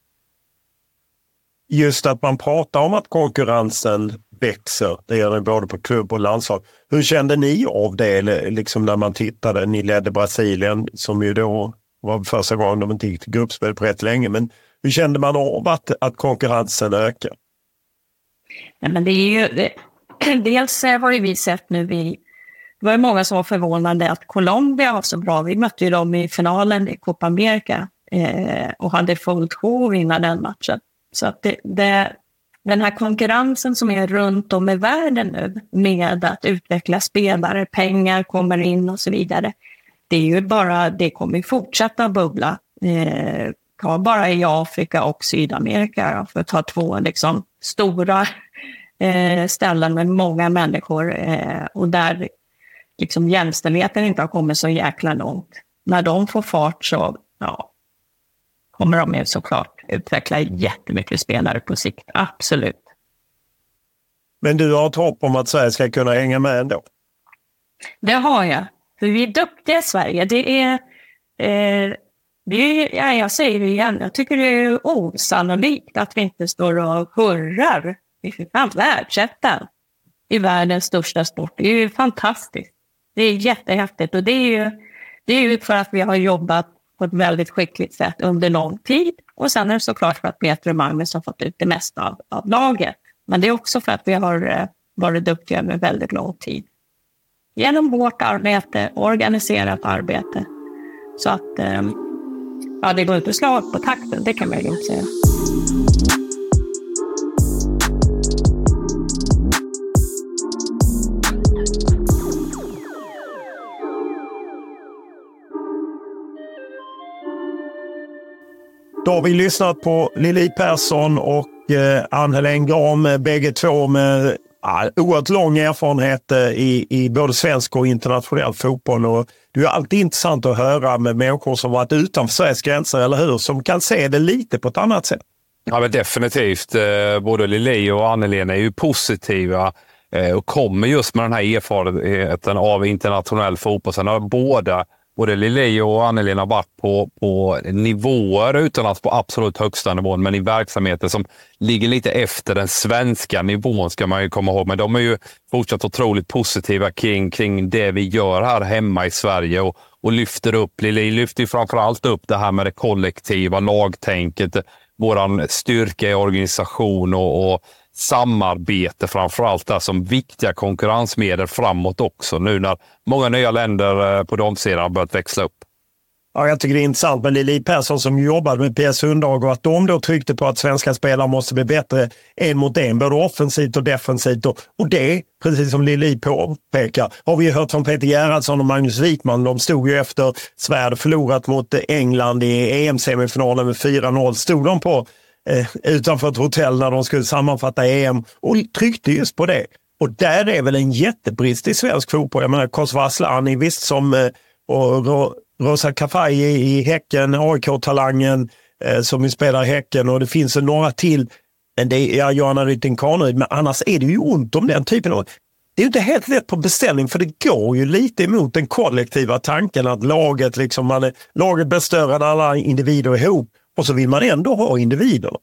Just att man pratar om att konkurrensen växer, det gör det både på klubb och landslag. Hur kände ni av det liksom när man tittade? Ni ledde Brasilien som ju då var första gången de inte gick till gruppspel på rätt länge. Men hur kände man av att, att konkurrensen ökar? Ja, men det är ju, det, dels har ju vi sett nu, vi, det var ju många som var förvånade att Colombia var så bra. Vi mötte ju dem i finalen i Copa America eh, och hade fullt sjå att vinna den matchen. Så att det, det, den här konkurrensen som är runt om i världen nu med att utveckla spelare, pengar kommer in och så vidare. Det är ju bara, det kommer fortsätta bubbla. Eh, ta bara i Afrika och Sydamerika för att ta två liksom stora eh, ställen med många människor eh, och där liksom jämställdheten inte har kommit så jäkla långt. När de får fart så ja, kommer de ju såklart utveckla jättemycket spelare på sikt. Absolut. Men du har ett hopp om att Sverige ska kunna hänga med ändå? Det har jag. För vi är duktiga i Sverige. Det är, eh, det är ja, jag säger det igen, jag tycker det är osannolikt att vi inte står och hurrar. Vi är fan världsettan i världens största sport. Det är ju fantastiskt. Det är jättehäftigt och det är ju, det är ju för att vi har jobbat på ett väldigt skickligt sätt under lång tid. Och sen är det såklart för att Peter och Magnus har fått ut det mesta av, av laget. Men det är också för att vi har eh, varit duktiga med väldigt lång tid. Genom hårt arbete, organiserat arbete. Så att eh, ja, det går inte att slå på takten, det kan man ju inte säga. Då har vi lyssnat på Lili Persson och eh, Ann-Helén Graham, bägge två med eh, oerhört lång erfarenhet eh, i, i både svensk och internationell fotboll. Och det är alltid intressant att höra med människor som varit utanför Sveriges gränser, eller hur? Som kan se det lite på ett annat sätt. Ja, men definitivt. Eh, både Lili och Ann-Helén är ju positiva eh, och kommer just med den här erfarenheten av internationell fotboll. Sen har båda Både Lili och Ann-Helén har varit på, på nivåer utomlands på absolut högsta nivån, men i verksamheter som ligger lite efter den svenska nivån ska man ju komma ihåg. Men de är ju fortsatt otroligt positiva kring, kring det vi gör här hemma i Sverige och, och lyfter upp. Lili lyfter ju framförallt upp det här med det kollektiva lagtänket, våran styrka i organisation och, och samarbete framförallt där som viktiga konkurrensmedel framåt också nu när många nya länder på de sidan har börjat växla upp. Ja, jag tycker det är intressant med Lili Persson som jobbade med P S Hundhage och att de då tryckte på att svenska spelare måste bli bättre en mot en, både offensivt och defensivt. Och, och det, precis som Lili påpekar, har vi ju hört från Peter Gerhardsson och Magnus Wikman. De stod ju efter Sverige förlorat mot England i E M-semifinalen med fyra noll. Stod de på eh, utanför ett hotell när de skulle sammanfatta E M och tryckte just på det. Och där är väl en jättebrist i svensk fotboll. Jag menar, Kosova Asllani, visst som... Eh, och, Rosa Kafaji i Häcken, A I K-talangen eh, som spelar i Häcken och det finns några till. Men det är ja, Johanna Rytting Kaneryd, men annars är det ju ont om den typen av... Det är ju inte helt lätt på beställning för det går ju lite emot den kollektiva tanken att laget liksom man är, laget blir större än alla individer ihop och så vill man ändå ha individerna.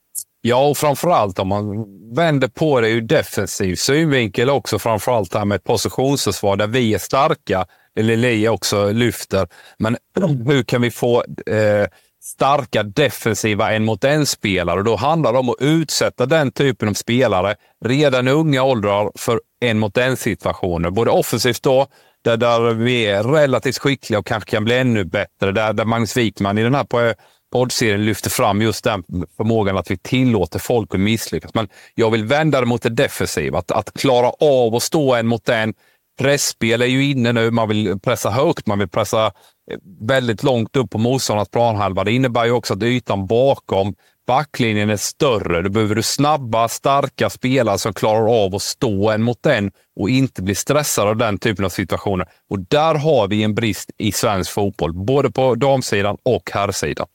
Ja, och framförallt om man vänder på det ur defensiv synvinkel också, framförallt här med ett positionsförsvar där vi är starka, Lili också lyfter. Men hur kan vi få eh, starka defensiva en mot en spelare? Och då handlar det om att utsätta den typen av spelare redan i unga åldrar för en mot en situationer. Både offensivt då, där, där vi är relativt skickliga och kanske kan bli ännu bättre. Där, där Magnus Wikman i den här på poddserien lyfter fram just den förmågan att vi tillåter folk att misslyckas. Men jag vill vända det mot det defensiva. Att, att klara av att stå en mot en. Pressspel är ju inne nu. Man vill pressa högt. Man vill pressa väldigt långt upp på motståndarnas planhalva. Det innebär ju också att ytan bakom backlinjen är större. Då behöver du snabba, starka spelare som klarar av att stå en mot en och inte bli stressade av den typen av situationer. Och där har vi en brist i svensk fotboll. Både på damsidan och herrsidan.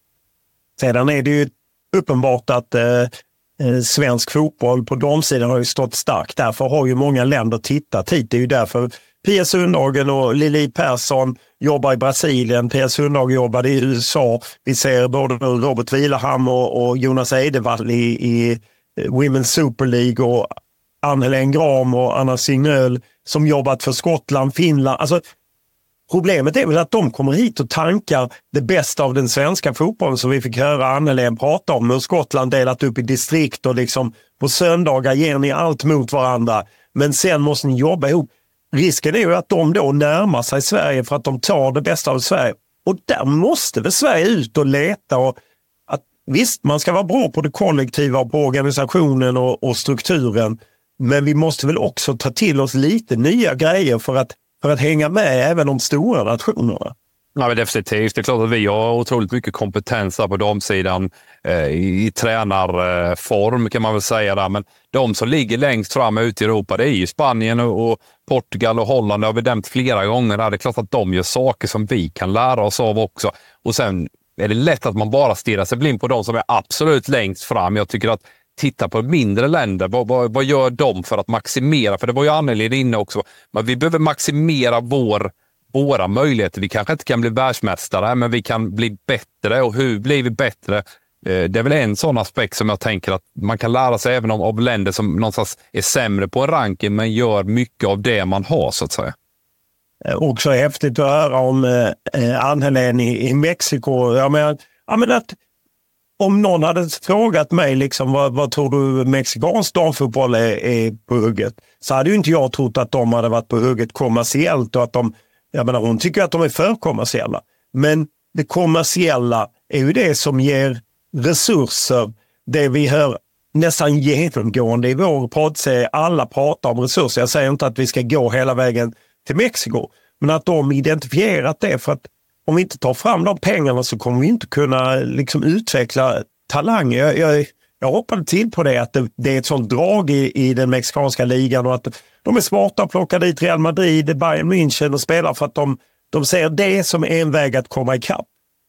Sedan är det ju uppenbart att eh, svensk fotboll på damsidan har ju stått starkt. Därför har ju många länder tittat hit. Det är ju därför P S Hundhage och Lili Persson jobbar i Brasilien. P S Hundhage jobbar i U S A. Vi ser både Robert Wilhelm och, och Jonas Eidevall i, i Women's Super League och Ann-Helén Gram och Anna Signöl som jobbat för Skottland, Finland. Alltså, problemet är väl att de kommer hit och tankar det bästa av den svenska fotbollen som vi fick höra Ann-Helén prata om. Och Skottland delat upp i distrikt och liksom på söndagar ger ni allt mot varandra. Men sen måste ni jobba ihop. Risken är ju att de då närmar sig Sverige för att de tar det bästa av Sverige. Och där måste väl Sverige ut och leta. Och att, visst, man ska vara bra på det kollektiva och på organisationen och, och strukturen. Men vi måste väl också ta till oss lite nya grejer för att för att hänga med även de stora nationerna. Ja, men definitivt. Det är klart att vi har otroligt mycket kompetens på damsidan eh, i tränarform kan man väl säga där. Men de som ligger längst fram ute i Europa, det är ju Spanien och, och Portugal och Holland. Det har vi nämnt flera gånger. Där. Det är klart att de gör saker som vi kan lära oss av också. Och sen är det lätt att man bara stirrar sig blind på de som är absolut längst fram. Jag tycker att titta på mindre länder. Vad, vad, vad gör de för att maximera? För det var ju Anneli inne också. Men vi behöver maximera vår, våra möjligheter. Vi kanske inte kan bli världsmästare, men vi kan bli bättre. Och hur blir vi bättre? Det är väl en sån aspekt som jag tänker att man kan lära sig även av, av länder som någonstans är sämre på en ranking, men gör mycket av det man har, så att säga. Också häftigt att höra om eh, Ann-Helén i, i Mexiko. Jag menar, jag menar att om någon hade frågat mig liksom, vad, vad tror du mexikansk damfotboll är, är på hugget, så hade ju inte jag trott att de hade varit på hugget kommersiellt. Och att de, jag menar, hon tycker att de är för kommersiella. Men det kommersiella är ju det som ger resurser. Det vi hör nästan genomgående i vår poddserie. Alla pratar om resurser. Jag säger inte att vi ska gå hela vägen till Mexiko. Men att de identifierat det, för att om vi inte tar fram de pengarna så kommer vi inte kunna liksom utveckla talanger. Jag, jag, jag hoppade till på det, att det, det är ett sånt drag i, i den mexikanska ligan och att de är smarta att plocka dit Real Madrid, Bayern München och spelar för att de, de ser det som en väg att komma ikapp.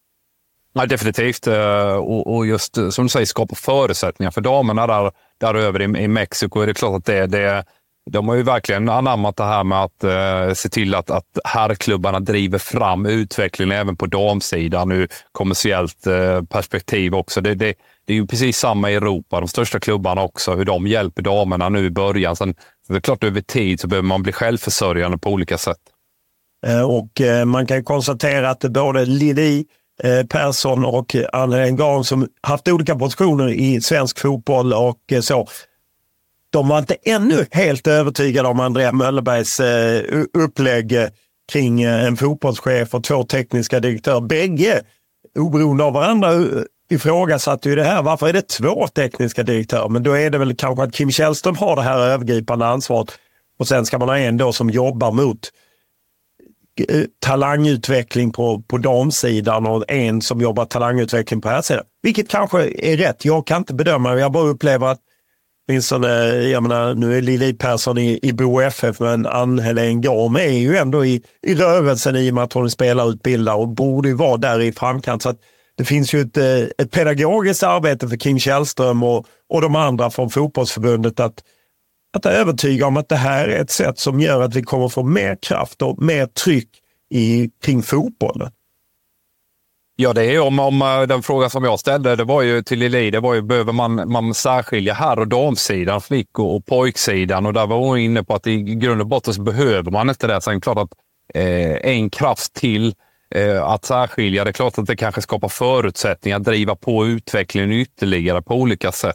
Ja, definitivt. Och, och just som du säger, skapa förutsättningar för damerna där, där över i, i Mexiko. Är det klart att det, det de har ju verkligen anammat det här med att eh, se till att, att herrklubbarna driver fram utvecklingen även på damsidan ur kommersiellt eh, perspektiv också. Det, det, det är ju precis samma i Europa, de största klubbarna också, hur de hjälper damerna nu i början. Sen, det är klart över tid så behöver man bli självförsörjande på olika sätt. Och man kan konstatera att både Lili Persson och Anna Graham som haft olika positioner i svensk fotboll och så, de var inte ännu helt övertygade om Andrea Möllerbergs upplägg kring en fotbollschef och två tekniska direktörer. Bägge, oberoende av varandra, ifrågasatte ju det här. Varför är det två tekniska direktörer? Men då är det väl kanske att Kim Källström har det här övergripande ansvaret och sen ska man ha en då som jobbar mot talangutveckling på, på damsidan och en som jobbar talangutveckling på här sidan. Vilket kanske är rätt. Jag kan inte bedöma. Jag bara upplever att jag menar, nu är Lili Persson i, i Bo F F, men Ann-Helén Graham är ju ändå i, i rörelsen i och med att hon spelar utbildare och borde ju vara där i framkant. Så att det finns ju ett, ett pedagogiskt arbete för Kim Källström och, och de andra från fotbollsförbundet att, att övertyga om att det här är ett sätt som gör att vi kommer få mer kraft och mer tryck i, kring fotbollen. Ja, det är om, om den frågan som jag ställde, det var ju till Lili, det var ju behöver man, man särskilja här och damsidan, flick- och, och pojksidan, och där var hon inne på att i grund och botten så behöver man inte det. Sen klart att eh, en kraft till eh, att särskilja, det är klart att det kanske skapar förutsättningar att driva på utvecklingen ytterligare på olika sätt.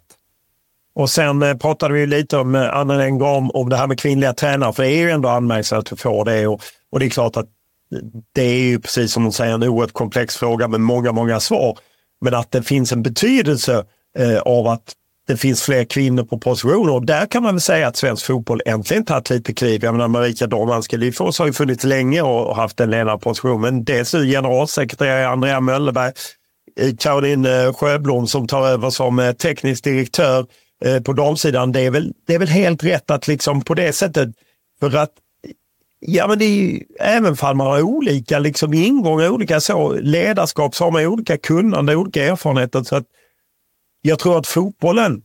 Och sen eh, pratade vi lite om eh, Anna-Helén Graham om det här med kvinnliga tränare, för det är ju ändå anmärkningsvärt att vi får det, och, och det är klart att det är ju precis som hon säger en oerhört komplex fråga med många, många svar. Men att det finns en betydelse eh, av att det finns fler kvinnor på positioner. Och där kan man väl säga att svensk fotboll äntligen tagit lite kliv. Jag menar, Marika Dormanska-Lyfors har ju funnits länge och, och haft en ledarposition. Men dels nu generalsekreterare Andrea Möllerberg, Caroline Sjöblom som tar över som teknisk direktör eh, på damsidan. Det är, väl, det är väl helt rätt att liksom på det sättet, för att ja, men det är ju, även om man har olika liksom ingångar, olika så ledarskap, så har man olika kunnande, olika erfarenheter. Så att jag tror att fotbollen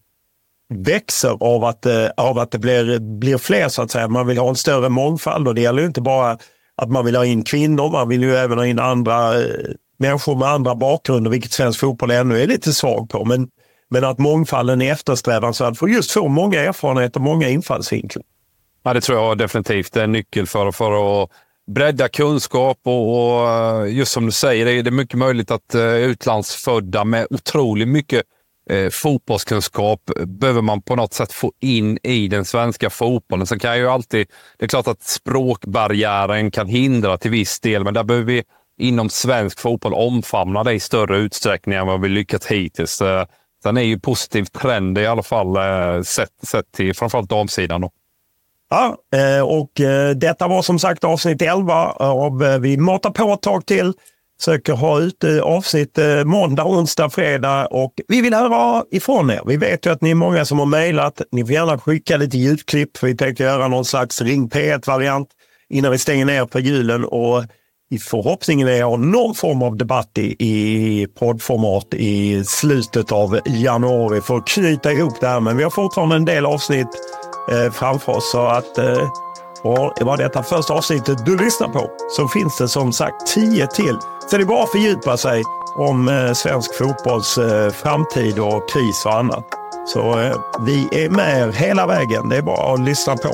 växer av att, av att det blir, blir fler, så att säga. Man vill ha en större mångfald, och det gäller ju inte bara att man vill ha in kvinnor, man vill ju även ha in andra människor med andra bakgrunder, vilket svensk fotboll ännu är lite svag på. Men, men att mångfalden är eftersträvansvärd för just få många erfarenheter, många infallsvinklar. Ja, det tror jag definitivt är en nyckel för, för att bredda kunskap och, och just som du säger, det är, det är mycket möjligt att uh, utlandsfödda med otroligt mycket uh, fotbollskunskap behöver man på något sätt få in i den svenska fotbollen. Så kan ju alltid, det är klart att språkbarriären kan hindra till viss del, men där behöver vi inom svensk fotboll omfamna det i större utsträckning än vad vi lyckats hittills. Uh, sen är ju positiv trend i alla fall uh, sett, sett till framförallt damsidan då. Ja, och detta var som sagt avsnitt elva av Vi matar på ett tag till. Söker ha ut avsnitt måndag, onsdag, fredag, och vi vill höra ifrån er. Vi vet ju att ni är många som har mejlat. Ni får gärna skicka lite ljudklipp, för vi tänkte göra någon slags Ring P ett-variant innan vi stänger ner på julen, och i förhoppningen är jag någon form av debatt i, i poddformat i slutet av januari för att knyta ihop det här. Men vi har fortfarande en del avsnitt eh, framför oss, så att eh, och det var detta första avsnittet du lyssnar på, så finns det som sagt tio till. Så det är bara att fördjupa sig om eh, svensk fotbolls eh, framtid och kris och annat. Så eh, vi är med er hela vägen, det är bara att lyssna på.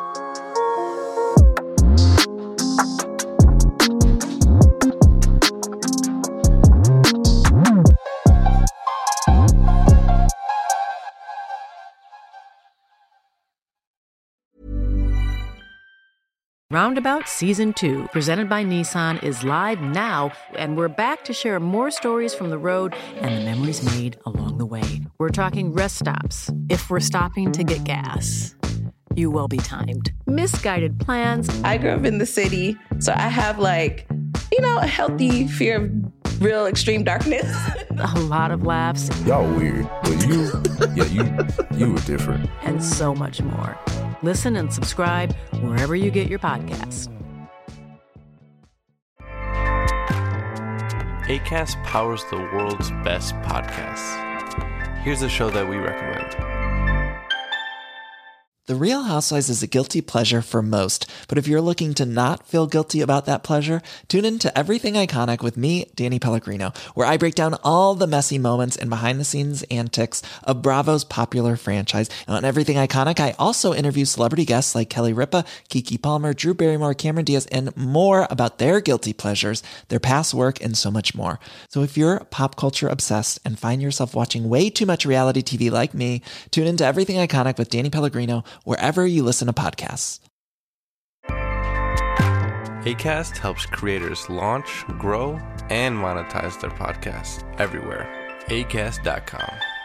Roundabout Season two, presented by Nissan, is live now, and we're back to share more stories from the road and the memories made along the way. We're talking rest stops, if we're stopping to get gas. You will be timed. Misguided plans. I grew up in the city, so I have like, you know, a healthy fear of real extreme darkness. A lot of laughs. Y'all weird, but you, yeah, you, you were different. And so much more. Listen and subscribe wherever you get your podcasts. Acast powers the world's best podcasts. Here's a show that we recommend. The Real Housewives is a guilty pleasure for most, but if you're looking to not feel guilty about that pleasure, tune in to Everything Iconic with me, Danny Pellegrino, where I break down all the messy moments and behind-the-scenes antics of Bravo's popular franchise. And on Everything Iconic, I also interview celebrity guests like Kelly Ripa, Keke Palmer, Drew Barrymore, Cameron Diaz, and more about their guilty pleasures, their past work, and so much more. So if you're pop culture obsessed and find yourself watching way too much reality T V like me, tune into Everything Iconic with Danny Pellegrino, wherever you listen to podcasts. Acast helps creators launch, grow, and monetize their podcasts everywhere. acast dot com.